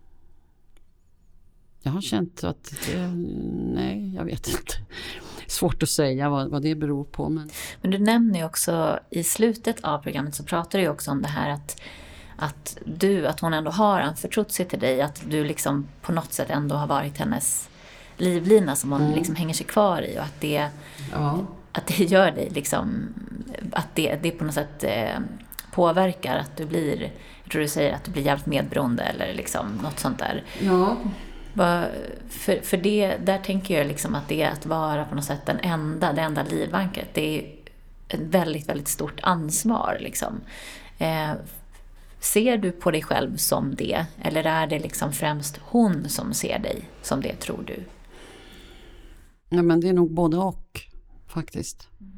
S2: jag har känt att det, nej, jag vet inte. Svårt att säga vad, vad det beror på. Men...
S1: men du nämner ju också i slutet av programmet så pratar du ju också om det här att, att du, att hon ändå har anförtrott sig till dig. Att du liksom på något sätt ändå har varit hennes livlina som hon mm. liksom hänger sig kvar i. Och att det, ja. att det gör dig liksom, att det, det på något sätt eh, påverkar att du blir... Jag tror du säger att du blir jävligt medberoende eller liksom något sånt där.
S2: Ja.
S1: För, för det, där tänker jag liksom att det är att vara på något sätt den enda, det enda livbanket. Det är ett väldigt, väldigt stort ansvar liksom. Eh, ser du på dig själv som det? Eller är det liksom främst hon som ser dig som det, tror du?
S2: Ja, men det är nog både och faktiskt. Mm.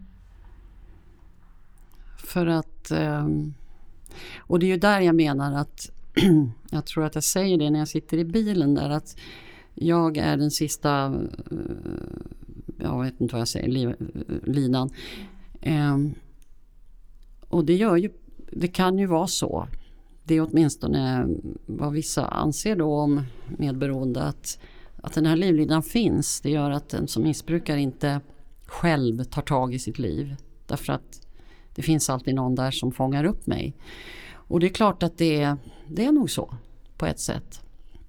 S2: För att... Eh... Och det är ju där jag menar att jag tror att jag säger det när jag sitter i bilen där, att jag är den sista, jag vet inte vad jag säger, linan. Um, och det gör ju, det kan ju vara så. Det är åtminstone vad vissa anser då om medberoende, att, att den här livlinan finns. Det gör att den som missbrukar inte själv tar tag i sitt liv. Därför att det finns alltid någon där som fångar upp mig. Och det är klart att det, det är nog så på ett sätt.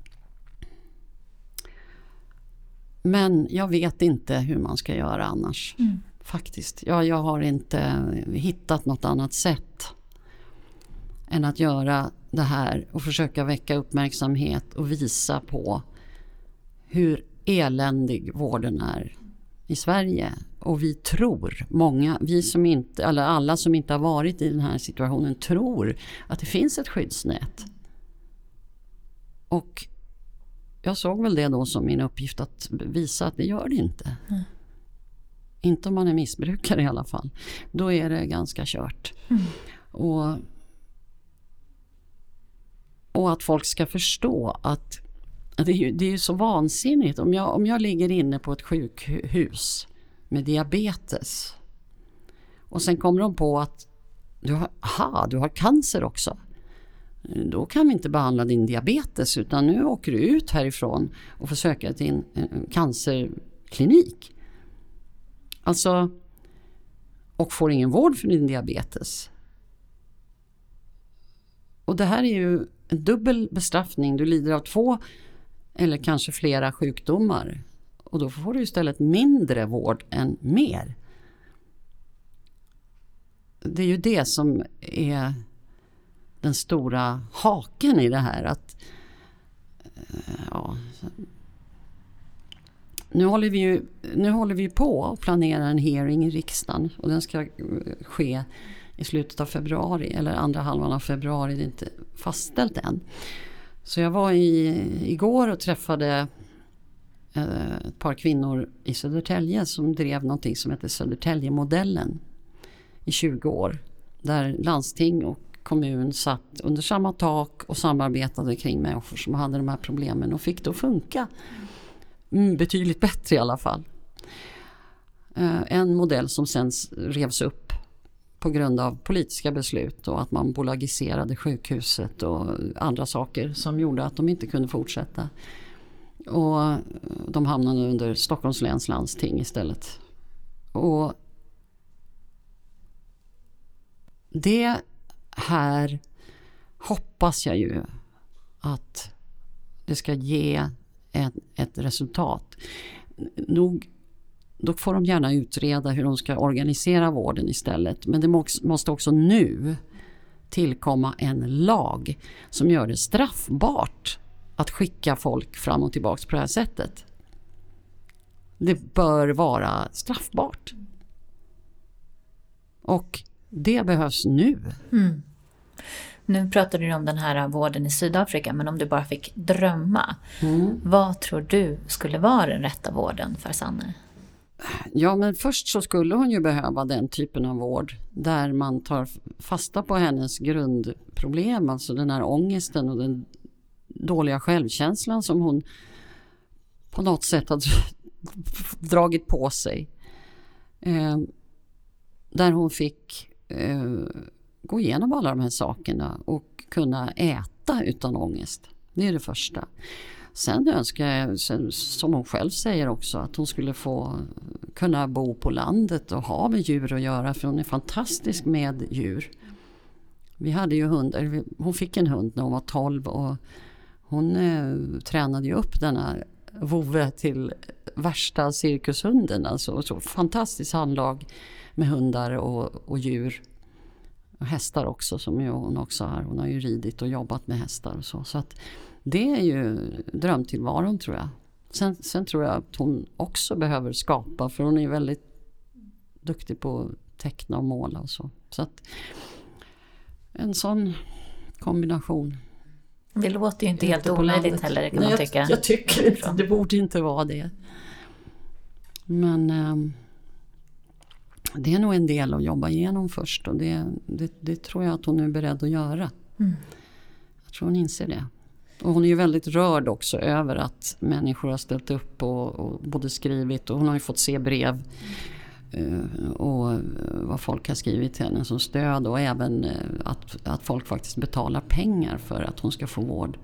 S2: Men jag vet inte hur man ska göra annars. Mm. Faktiskt. Jag, jag har inte hittat något annat sätt än att göra det här och försöka väcka uppmärksamhet och visa på hur eländig vården är i Sverige. Och vi tror, många, vi som inte, eller alla som inte har varit i den här situationen tror att det finns ett skyddsnät. Och jag såg väl det då som min uppgift att visa att det gör det inte. Mm. Inte om man är missbrukare i alla fall. Då är det ganska kört. Mm. Och, och att folk ska förstå att det är ju, det är ju så vansinnigt. Om jag, om jag ligger inne på ett sjukhus med diabetes och sen kommer de på att du har, aha, du har cancer också. Då kan vi inte behandla din diabetes, utan nu åker du ut härifrån och får söka till en, en cancerklinik. Alltså, och får ingen vård för din diabetes. Och det här är ju en dubbel bestraffning. Du lider av två eller kanske flera sjukdomar. Och då får du istället mindre vård än mer. Det är ju det som är den stora haken i det här. Att, ja, nu håller vi ju, nu håller vi på och planerar en hearing i riksdagen. Och den ska ske i slutet av februari eller andra halvan av februari. Det är inte fastställt än. Så jag var i, igår och träffade ett par kvinnor i Södertälje som drev någonting som heter Södertäljemodellen i tjugo år. Där landsting och kommun satt under samma tak och samarbetade kring människor som hade de här problemen och fick det att funka. Mm, betydligt bättre i alla fall. En modell som sen revs upp på grund av politiska beslut och att man bolagiserade sjukhuset och andra saker som gjorde att de inte kunde fortsätta. Och de hamnade under Stockholms läns landsting istället. Och det här hoppas jag ju att det ska ge ett, ett resultat. Nog, då får de gärna utreda hur de ska organisera vården istället. Men det måste också nu tillkomma en lag som gör det straffbart att skicka folk fram och tillbaka på det här sättet. Det bör vara straffbart. Och det behövs nu.
S1: Mm. Nu pratade du om den här vården i Sydafrika, men om du bara fick drömma, mm. vad tror du skulle vara den rätta vården för Sanne?
S2: Ja, men först så skulle hon ju behöva den typen av vård där man tar fasta på hennes grundproblem, alltså den här ångesten och den dåliga självkänslan som hon på något sätt har dragit på sig. Eh, där hon fick eh, gå igenom alla de här sakerna och kunna äta utan ångest. Det är det första. Sen önskar jag, som hon själv säger också, att hon skulle få kunna bo på landet och ha med djur att göra, för hon är fantastisk med djur. Vi hade ju hundar, hon fick en hund när hon var tolv och hon eh, tränade ju upp den här Vove till värsta cirkushunden. Alltså så fantastiskt handlag med hundar och, och djur. Och hästar också, som ju hon också har. Hon har ju ridit och jobbat med hästar och så. Så att det är ju drömtillvaron, tror jag. Sen, sen tror jag att hon också behöver skapa, för hon är väldigt duktig på att teckna och måla och så. Så att en sån kombination.
S1: Det låter ju inte helt omöjligt heller, kan
S2: Nej,
S1: man tycka.
S2: Jag, jag tycker inte, det borde inte vara det. Men ähm, det är nog en del att jobba igenom först, och det, det, det tror jag att hon är beredd att göra. Mm. Jag tror hon inser det. Och hon är ju väldigt rörd också över att människor har ställt upp och, och både skrivit, och hon har ju fått se brev uh, och vad folk har skrivit till henne som stöd, och även uh, att, att folk faktiskt betalar pengar för att hon ska få vård.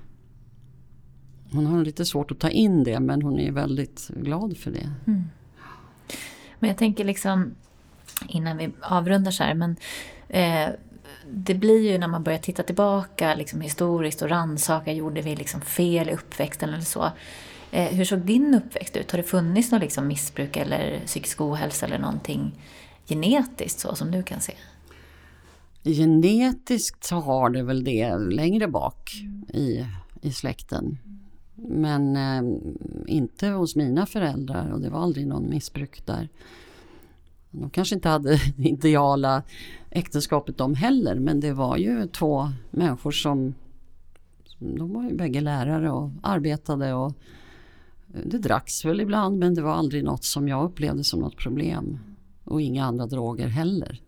S2: Hon har lite svårt att ta in det, men hon är väldigt glad för det.
S1: Mm. Men jag tänker liksom, innan vi avrundar så här, men eh, det blir ju när man börjar titta tillbaka liksom historiskt och rannsaka, gjorde vi liksom fel i uppväxten eller så. Eh, hur såg din uppväxt ut? Har det funnits något liksom missbruk eller psykisk ohälsa eller någonting genetiskt så som du kan se?
S2: Genetiskt så har det väl det längre bak i, i släkten. Men eh, inte hos mina föräldrar, och det var aldrig någon missbruk där. De kanske inte hade det ideala äktenskapet de heller, men det var ju två människor som, de var ju bägge lärare och arbetade, och det dracks väl ibland, men det var aldrig något som jag upplevde som något problem, och inga andra droger heller.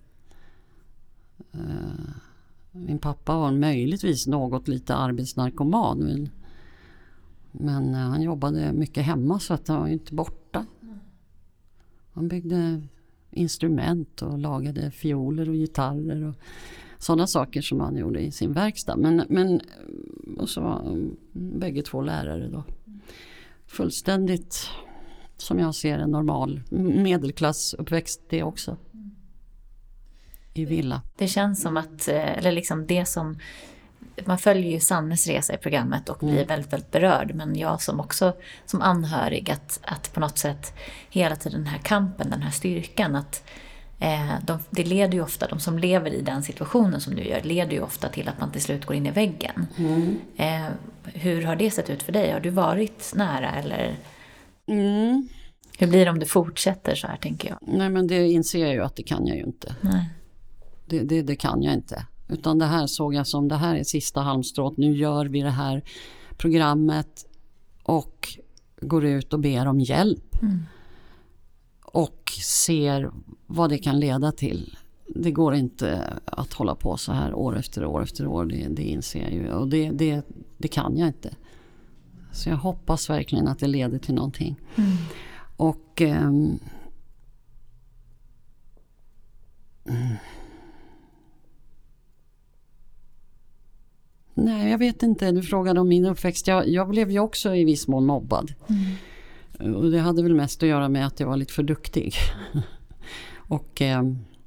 S2: Uh, min pappa var möjligtvis något lite arbetsnarkoman, men, men uh, han jobbade mycket hemma, så att han var ju inte borta. Han byggde instrument och lagade fioler och gitarrer och sådana saker som han gjorde i sin verkstad. Men, men och så var bägge två lärare då. Fullständigt, som jag ser, en normal medelklassuppväxt det också. I villa.
S1: Det känns som att, eller liksom det som, man följer ju Sannes resa i programmet och blir mm. väldigt, väldigt berörd. Men jag som också som anhörig, att, att på något sätt hela tiden den här kampen, den här styrkan, att eh, de, det leder ju ofta, de som lever i den situationen som du gör, leder ju ofta till att man till slut går in i väggen. Mm. Eh, hur har det sett ut för dig? Har du varit nära eller?
S2: Mm.
S1: Hur blir det om du fortsätter så här, tänker jag?
S2: Nej, men det inser jag ju att det kan jag ju inte.
S1: Nej.
S2: Det, det, det kan jag inte. Utan det här såg jag som, det här är sista halmstrået. Nu gör vi det här programmet och går ut och ber om hjälp. Mm. Och ser vad det kan leda till. Det går inte att hålla på så här år efter år efter år. Det, det inser jag ju. Och det, det, det kan jag inte. Så jag hoppas verkligen att det leder till någonting. Mm. Och... Um, mm. Nej, jag vet inte. Du frågade om min uppväxt. Jag, jag blev ju också i viss mån mobbad. Mm. Och det hade väl mest att göra med att jag var lite för duktig. och, eh,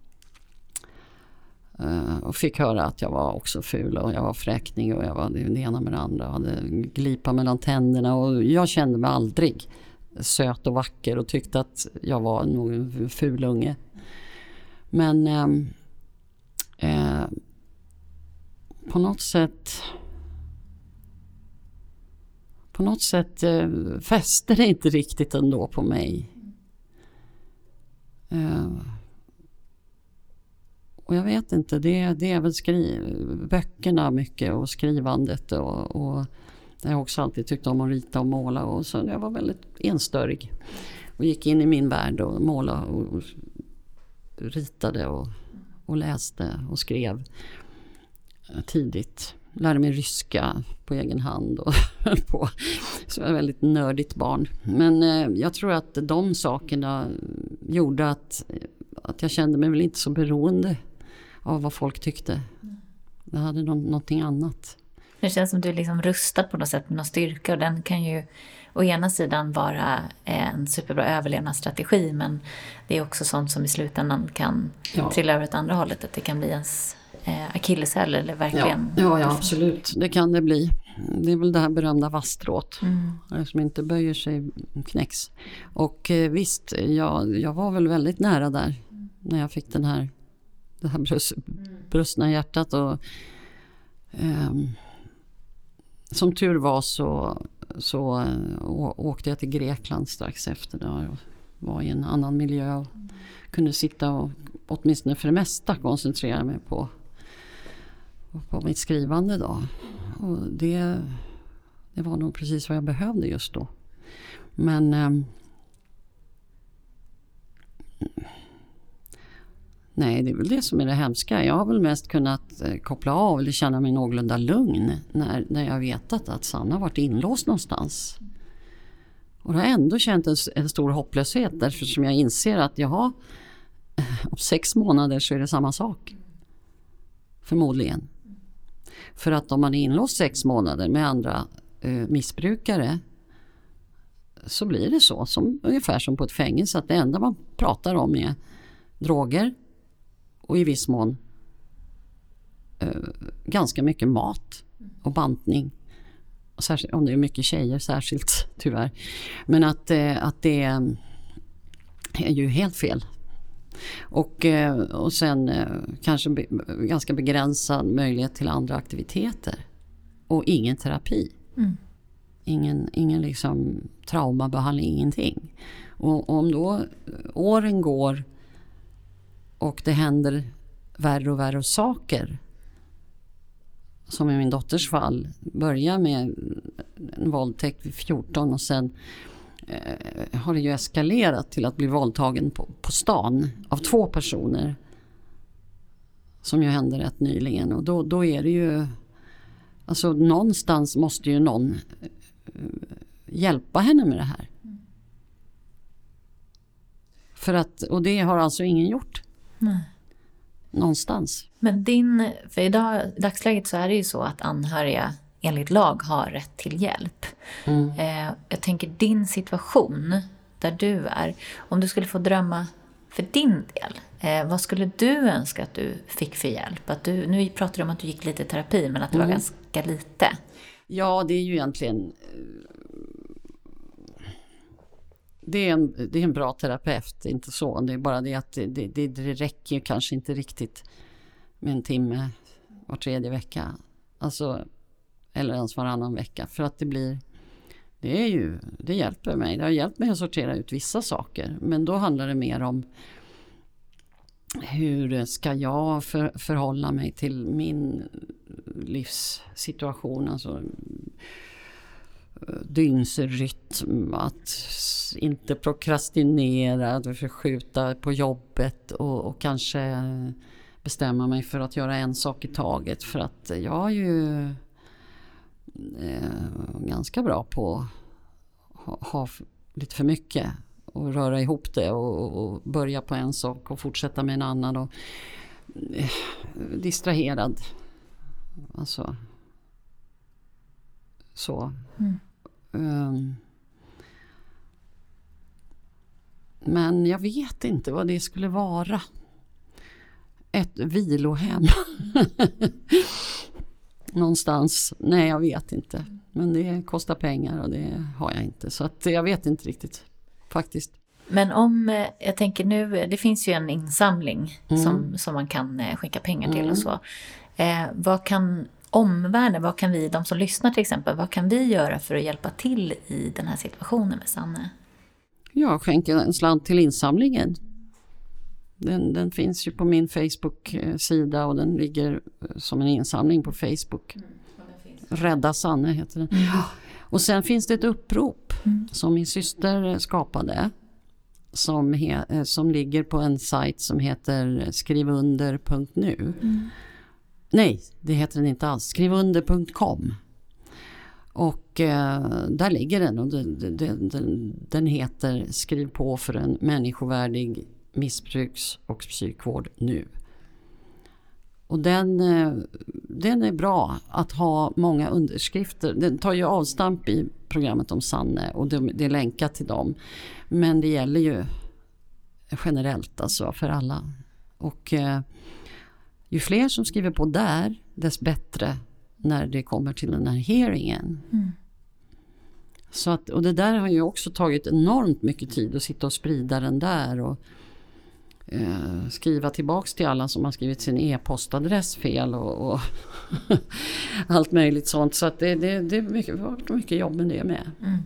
S2: och fick höra att jag var också ful och jag var fräknig och jag var det ena med det andra. Jag hade glipa mellan tänderna och jag kände mig aldrig söt och vacker och tyckte att jag var nog en ful unge. Men... Eh, eh, på något sätt på något sätt eh, fäste det inte riktigt ändå på mig. Eh, och jag vet inte, det, det är väl skri- böckerna mycket och skrivandet och, och jag har också alltid tyckt om att rita och måla och så jag var väldigt enstörig och gick in i min värld och målade och, och ritade och, och läste och skrev tidigt. Lärde mig ryska på egen hand och höll på. Så jag var ett väldigt nördigt barn. Men eh, jag tror att de sakerna gjorde att, att jag kände mig väl inte så beroende av vad folk tyckte. Jag hade no- någonting annat.
S1: Det känns som du är liksom rustad på något sätt med någon styrka och den kan ju å ena sidan vara en superbra överlevnadsstrategi men det är också sånt som i slutändan kan ja. trilla över ett andra hållet, att det kan bli ens eh, akilleshäl eller verkligen...
S2: Ja, ja, ja, absolut. Det kan det bli. Det är väl det här berömda vasstrået mm. som inte böjer sig knäcks. Och eh, visst, jag, jag var väl väldigt nära där när jag fick den här, det här bröst, brustna hjärtat och ehm, som tur var så, så å, åkte jag till Grekland strax efter det och var i en annan miljö och kunde sitta och åtminstone för det mesta koncentrera mig på, på mitt skrivande då. Och det, det var nog precis vad jag behövde just då. Men eh, nej, det är väl det som är det hemska. Jag har väl mest kunnat eh, koppla av eller känna mig någorlunda lugn när, när jag vetat att Sanna har varit inlåst någonstans. Och då har jag ändå känt en, en stor hopplöshet därför som jag inser att jaha, om sex månader så är det samma sak. Förmodligen. För att om man är inlåst sex månader med andra eh, missbrukare så blir det så, som, ungefär som på ett fängelse, att det enda man pratar om är droger och i viss mån eh, ganska mycket mat och bantning. Och särskilt, om det är mycket tjejer särskilt, tyvärr. Men att, eh, att det är, är ju helt fel. Och, eh, och sen eh, kanske be, ganska begränsad möjlighet till andra aktiviteter. Och ingen terapi. Mm. Ingen, ingen liksom traumabehandling, ingenting. Och om då åren går och det händer värre och värre saker, som i min dotters fall, börjar med en våldtäkt vid fjorton och sen eh, har det ju eskalerat till att bli våldtagen på, på stan av två personer som ju hände rätt nyligen. Och då, då är det ju, alltså någonstans måste ju någon eh, hjälpa henne med det här. För att, och det har alltså ingen gjort. Nej. Någonstans.
S1: Men din, för idag, i dagsläget så är det ju så att anhöriga enligt lag har rätt till hjälp. Mm. Eh, jag tänker din situation där du är, om du skulle få drömma för din del, eh, vad skulle du önska att du fick för hjälp? Att du, nu pratar du om att du gick lite i terapi men att det mm. var ganska lite.
S2: Ja, det är ju egentligen det är en, det är en bra terapeut, inte så. Det är bara det att det, det, det räcker kanske inte riktigt med en timme var tredje vecka. Alltså, eller ens varannan vecka. För att det blir, det är ju, det hjälper mig. Det har hjälpt mig att sortera ut vissa saker. Men då handlar det mer om hur ska jag för, förhålla mig till min livssituation. Alltså dygnsrytm, att inte prokrastinera, att förskjuta på jobbet och, och kanske bestämma mig för att göra en sak i taget, för att jag är ju eh, ganska bra på att ha, ha lite för mycket och röra ihop det och, och börja på en sak och fortsätta med en annan och eh, distraherad, alltså så. Mm. Um, men jag vet inte vad det skulle vara. Ett vilohem. Någonstans. Nej, jag vet inte. Men det kostar pengar och det har jag inte. Så att jag vet inte riktigt. Faktiskt.
S1: Men om, jag tänker nu, det finns ju en insamling mm. som, som man kan skicka pengar till mm. och så. Eh, vad kan omvärlden, vad kan vi, de som lyssnar till exempel, vad kan vi göra för att hjälpa till i den här situationen med Sanne?
S2: Ja, skänka en slant till insamlingen. Den, den finns ju på min Facebook-sida och den ligger som en insamling på Facebook. Mm, Rädda Sanne heter den. Mm. Och sen finns det ett upprop mm. som min syster skapade som, he, som ligger på en sajt som heter skrivunder punkt nu. Mm. Nej, det heter den inte alls. skrivunder punkt com. Och eh, där ligger den och den, den, den, den heter Skriv på för en människovärdig missbruks- och psykvård nu. Och den, den är bra att ha många underskrifter. Den tar ju avstamp i programmet om Sanne och det, det är länkat till dem. Men det gäller ju generellt alltså för alla. Och eh, ju fler som skriver på där, dess bättre när det kommer till den här hearingen. Mm. Så att, och det där har ju också tagit enormt mycket tid att sitta och sprida den där och eh, skriva tillbaks till alla som har skrivit sin e-postadress fel och, och allt möjligt sånt. Så att det, det, det är mycket, mycket jobb med det med. Mm.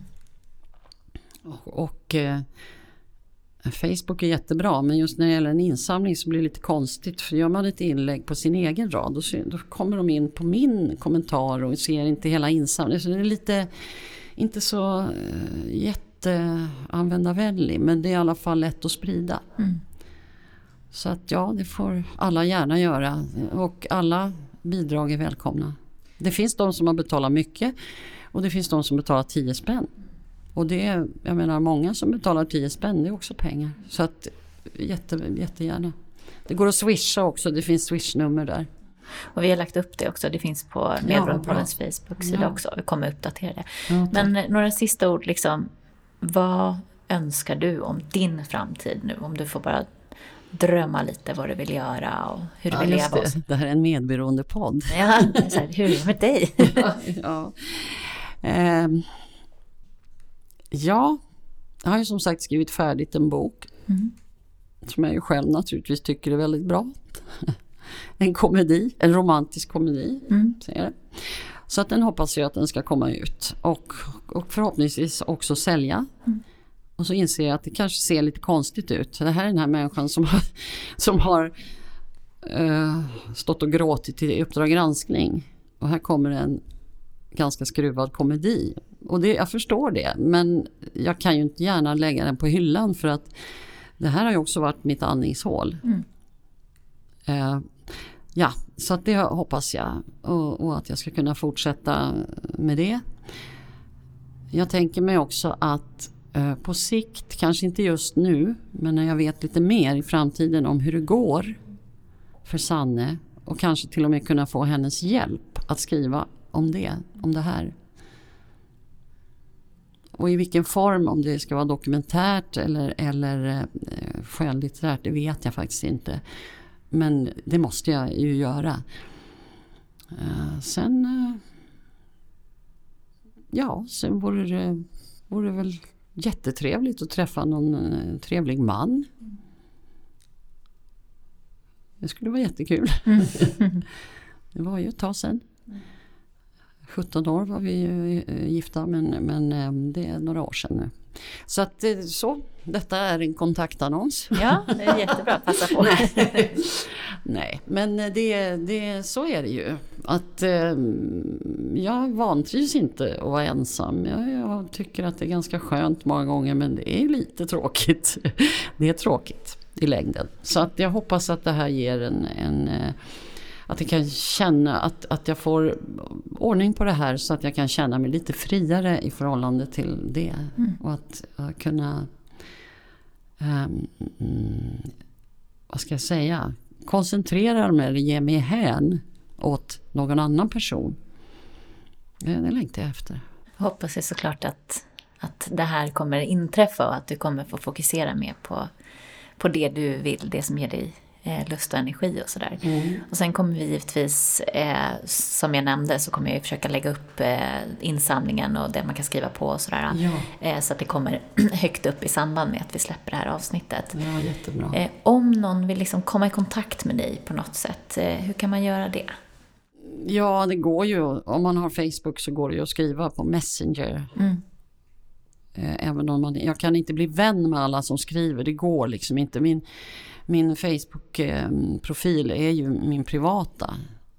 S2: Och, och eh, Facebook är jättebra, men just när det gäller en insamling så blir det lite konstigt, för gör man ett inlägg på sin egen rad då, då kommer de in på min kommentar och ser inte hela insamlingen, så det är lite inte så uh, jätteanvändarvänlig, men det är i alla fall lätt att sprida. Mm. Så att ja, det får alla gärna göra och alla bidrag är välkomna. Det finns de som har betalat mycket och det finns de som betalar tio spänn. Och det är, jag menar, många som betalar tio spänn, det är också pengar. Så att jätte, jättegärna. Det går att swisha också, det finns swishnummer där.
S1: Och vi har lagt upp det också, det finns på Medborgarpoddens ja, Facebook-sida ja. också. Vi kommer uppdatera det. Ja, men några sista ord, liksom, vad önskar du om din framtid nu? Om du får bara drömma lite vad du vill göra och hur du
S2: ja,
S1: vill leva.
S2: Det. det här är en medberoende podd.
S1: Ja, så här, hur är det med dig?
S2: ja, ja. Um. Ja, jag har ju som sagt skrivit färdigt en bok mm. som jag ju själv naturligtvis tycker är väldigt bra. En komedi, en romantisk komedi. Mm. Så att den hoppas jag att den ska komma ut och, och förhoppningsvis också sälja. Mm. Och så inser jag att det kanske ser lite konstigt ut. Så det här är den här människan som har, som har uh, stått och gråtit i Uppdrag granskning. Och här kommer en ganska skruvad komedi. Och det, jag förstår det, men jag kan ju inte gärna lägga den på hyllan för att det här har ju också varit mitt andningshål. Mm. Uh, ja, så att det hoppas jag och, och att jag ska kunna fortsätta med det. Jag tänker mig också att uh, på sikt, kanske inte just nu, men när jag vet lite mer i framtiden om hur det går för Sanne och kanske till och med kunna få hennes hjälp att skriva om det, om det här. Och i vilken form, om det ska vara dokumentärt eller, eller eh, skönlitterärt, det vet jag faktiskt inte. Men det måste jag ju göra. Uh, sen, uh, ja, sen vore det, vore det väl jättetrevligt att träffa någon uh, trevlig man. Det skulle vara jättekul. Mm. Det var ju ett tag sedan. sjutton år var vi gifta, men, men det är några år sedan nu. Så att så, detta är en kontaktannons.
S1: Ja, det är jättebra, passa på.
S2: Nej. Nej, men det, det, så är det ju. Att eh, jag vantrivs inte att vara ensam. Jag, jag tycker att det är ganska skönt många gånger, men det är lite tråkigt. Det är tråkigt i längden. Så att jag hoppas att det här ger en... en att jag kan känna att, att jag får ordning på det här så att jag kan känna mig lite friare i förhållande till det. Mm. Och att uh, kunna, um, mm, vad ska jag säga, koncentrera mig eller ge mig hän åt någon annan person. Det, det längtar jag efter.
S1: Jag hoppas ju såklart att, att det här kommer inträffa och att du kommer få fokusera mer på, på det du vill, det som ger dig lust och energi och sådär. Mm. Och sen kommer vi givetvis, eh, som jag nämnde, så kommer jag försöka lägga upp eh, insamlingen och det man kan skriva på och sådär. Ja. Eh, så att det kommer högt upp i samband med att vi släpper det här avsnittet.
S2: Ja, jättebra.
S1: Eh, om någon vill liksom komma i kontakt med dig på något sätt, eh, hur kan man göra det?
S2: Ja, det går ju. Om man har Facebook så går det ju att skriva på Messenger.
S1: Mm.
S2: Även om man, jag kan inte bli vän med alla som skriver. Det går liksom inte. Min, min Facebook-profil är ju min privata.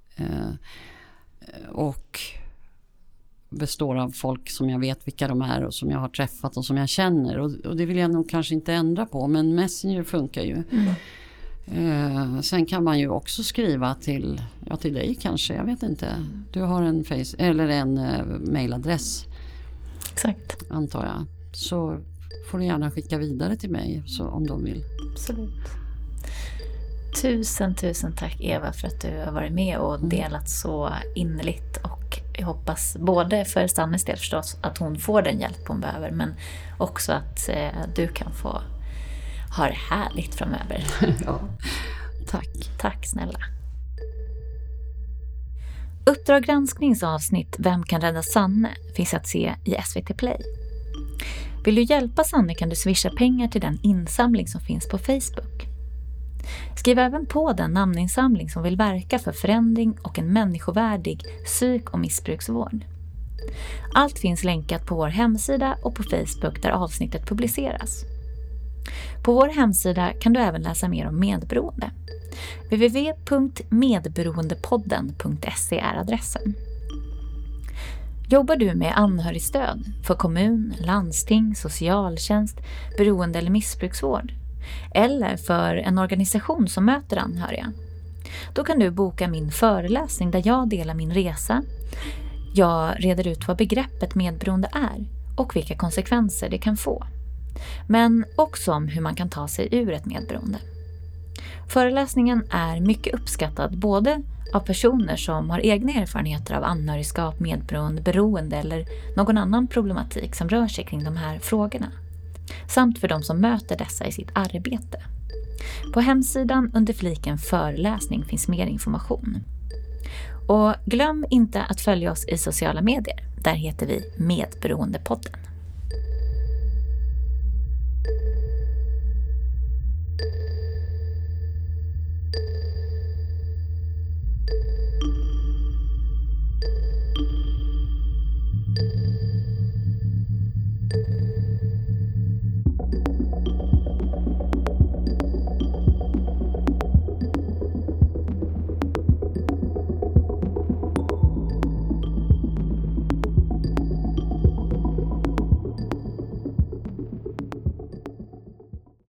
S2: Och består av folk som jag vet vilka de är och som jag har träffat och som jag känner. Och, och det vill jag nog kanske inte ändra på. Men Messenger funkar ju.
S1: Mm.
S2: Eh, sen kan man ju också skriva till, ja, till dig kanske, jag vet inte. Du har en face eller en eh, mailadress.
S1: Exakt.
S2: Antar jag. Så får du gärna skicka vidare till mig så, om de vill.
S1: Absolut. Tusen, tusen tack Eva för att du har varit med och delat så innerligt, och jag hoppas både för Sannes del förstås att hon får den hjälp hon behöver, men också att eh, du kan få ha det härligt framöver.
S2: Ja, tack.
S1: Tack snälla. Uppdrag gransknings avsnitt Vem kan rädda Sanne finns att se i S V T Play. Vill du hjälpa Sanne kan du swisha pengar till den insamling som finns på Facebook. Skriv även på den namninsamling som vill verka för förändring och en människovärdig psyk- och missbruksvård. Allt finns länkat på vår hemsida och på Facebook där avsnittet publiceras. På vår hemsida kan du även läsa mer om medberoende. w w w punkt medberoendepodden punkt se är adressen. Jobbar du med anhörigstöd för kommun, landsting, socialtjänst, beroende- eller missbruksvård? Eller för en organisation som möter anhöriga? Då kan du boka min föreläsning där jag delar min resa. Jag reder ut vad begreppet medberoende är och vilka konsekvenser det kan få. Men också om hur man kan ta sig ur ett medberoende. Föreläsningen är mycket uppskattad både av personer som har egna erfarenheter av anhörigskap, medberoende, beroende eller någon annan problematik som rör sig kring de här frågorna. Samt för de som möter dessa i sitt arbete. På hemsidan under fliken föreläsning finns mer information. Och glöm inte att följa oss i sociala medier. Där heter vi Medberoendepodden.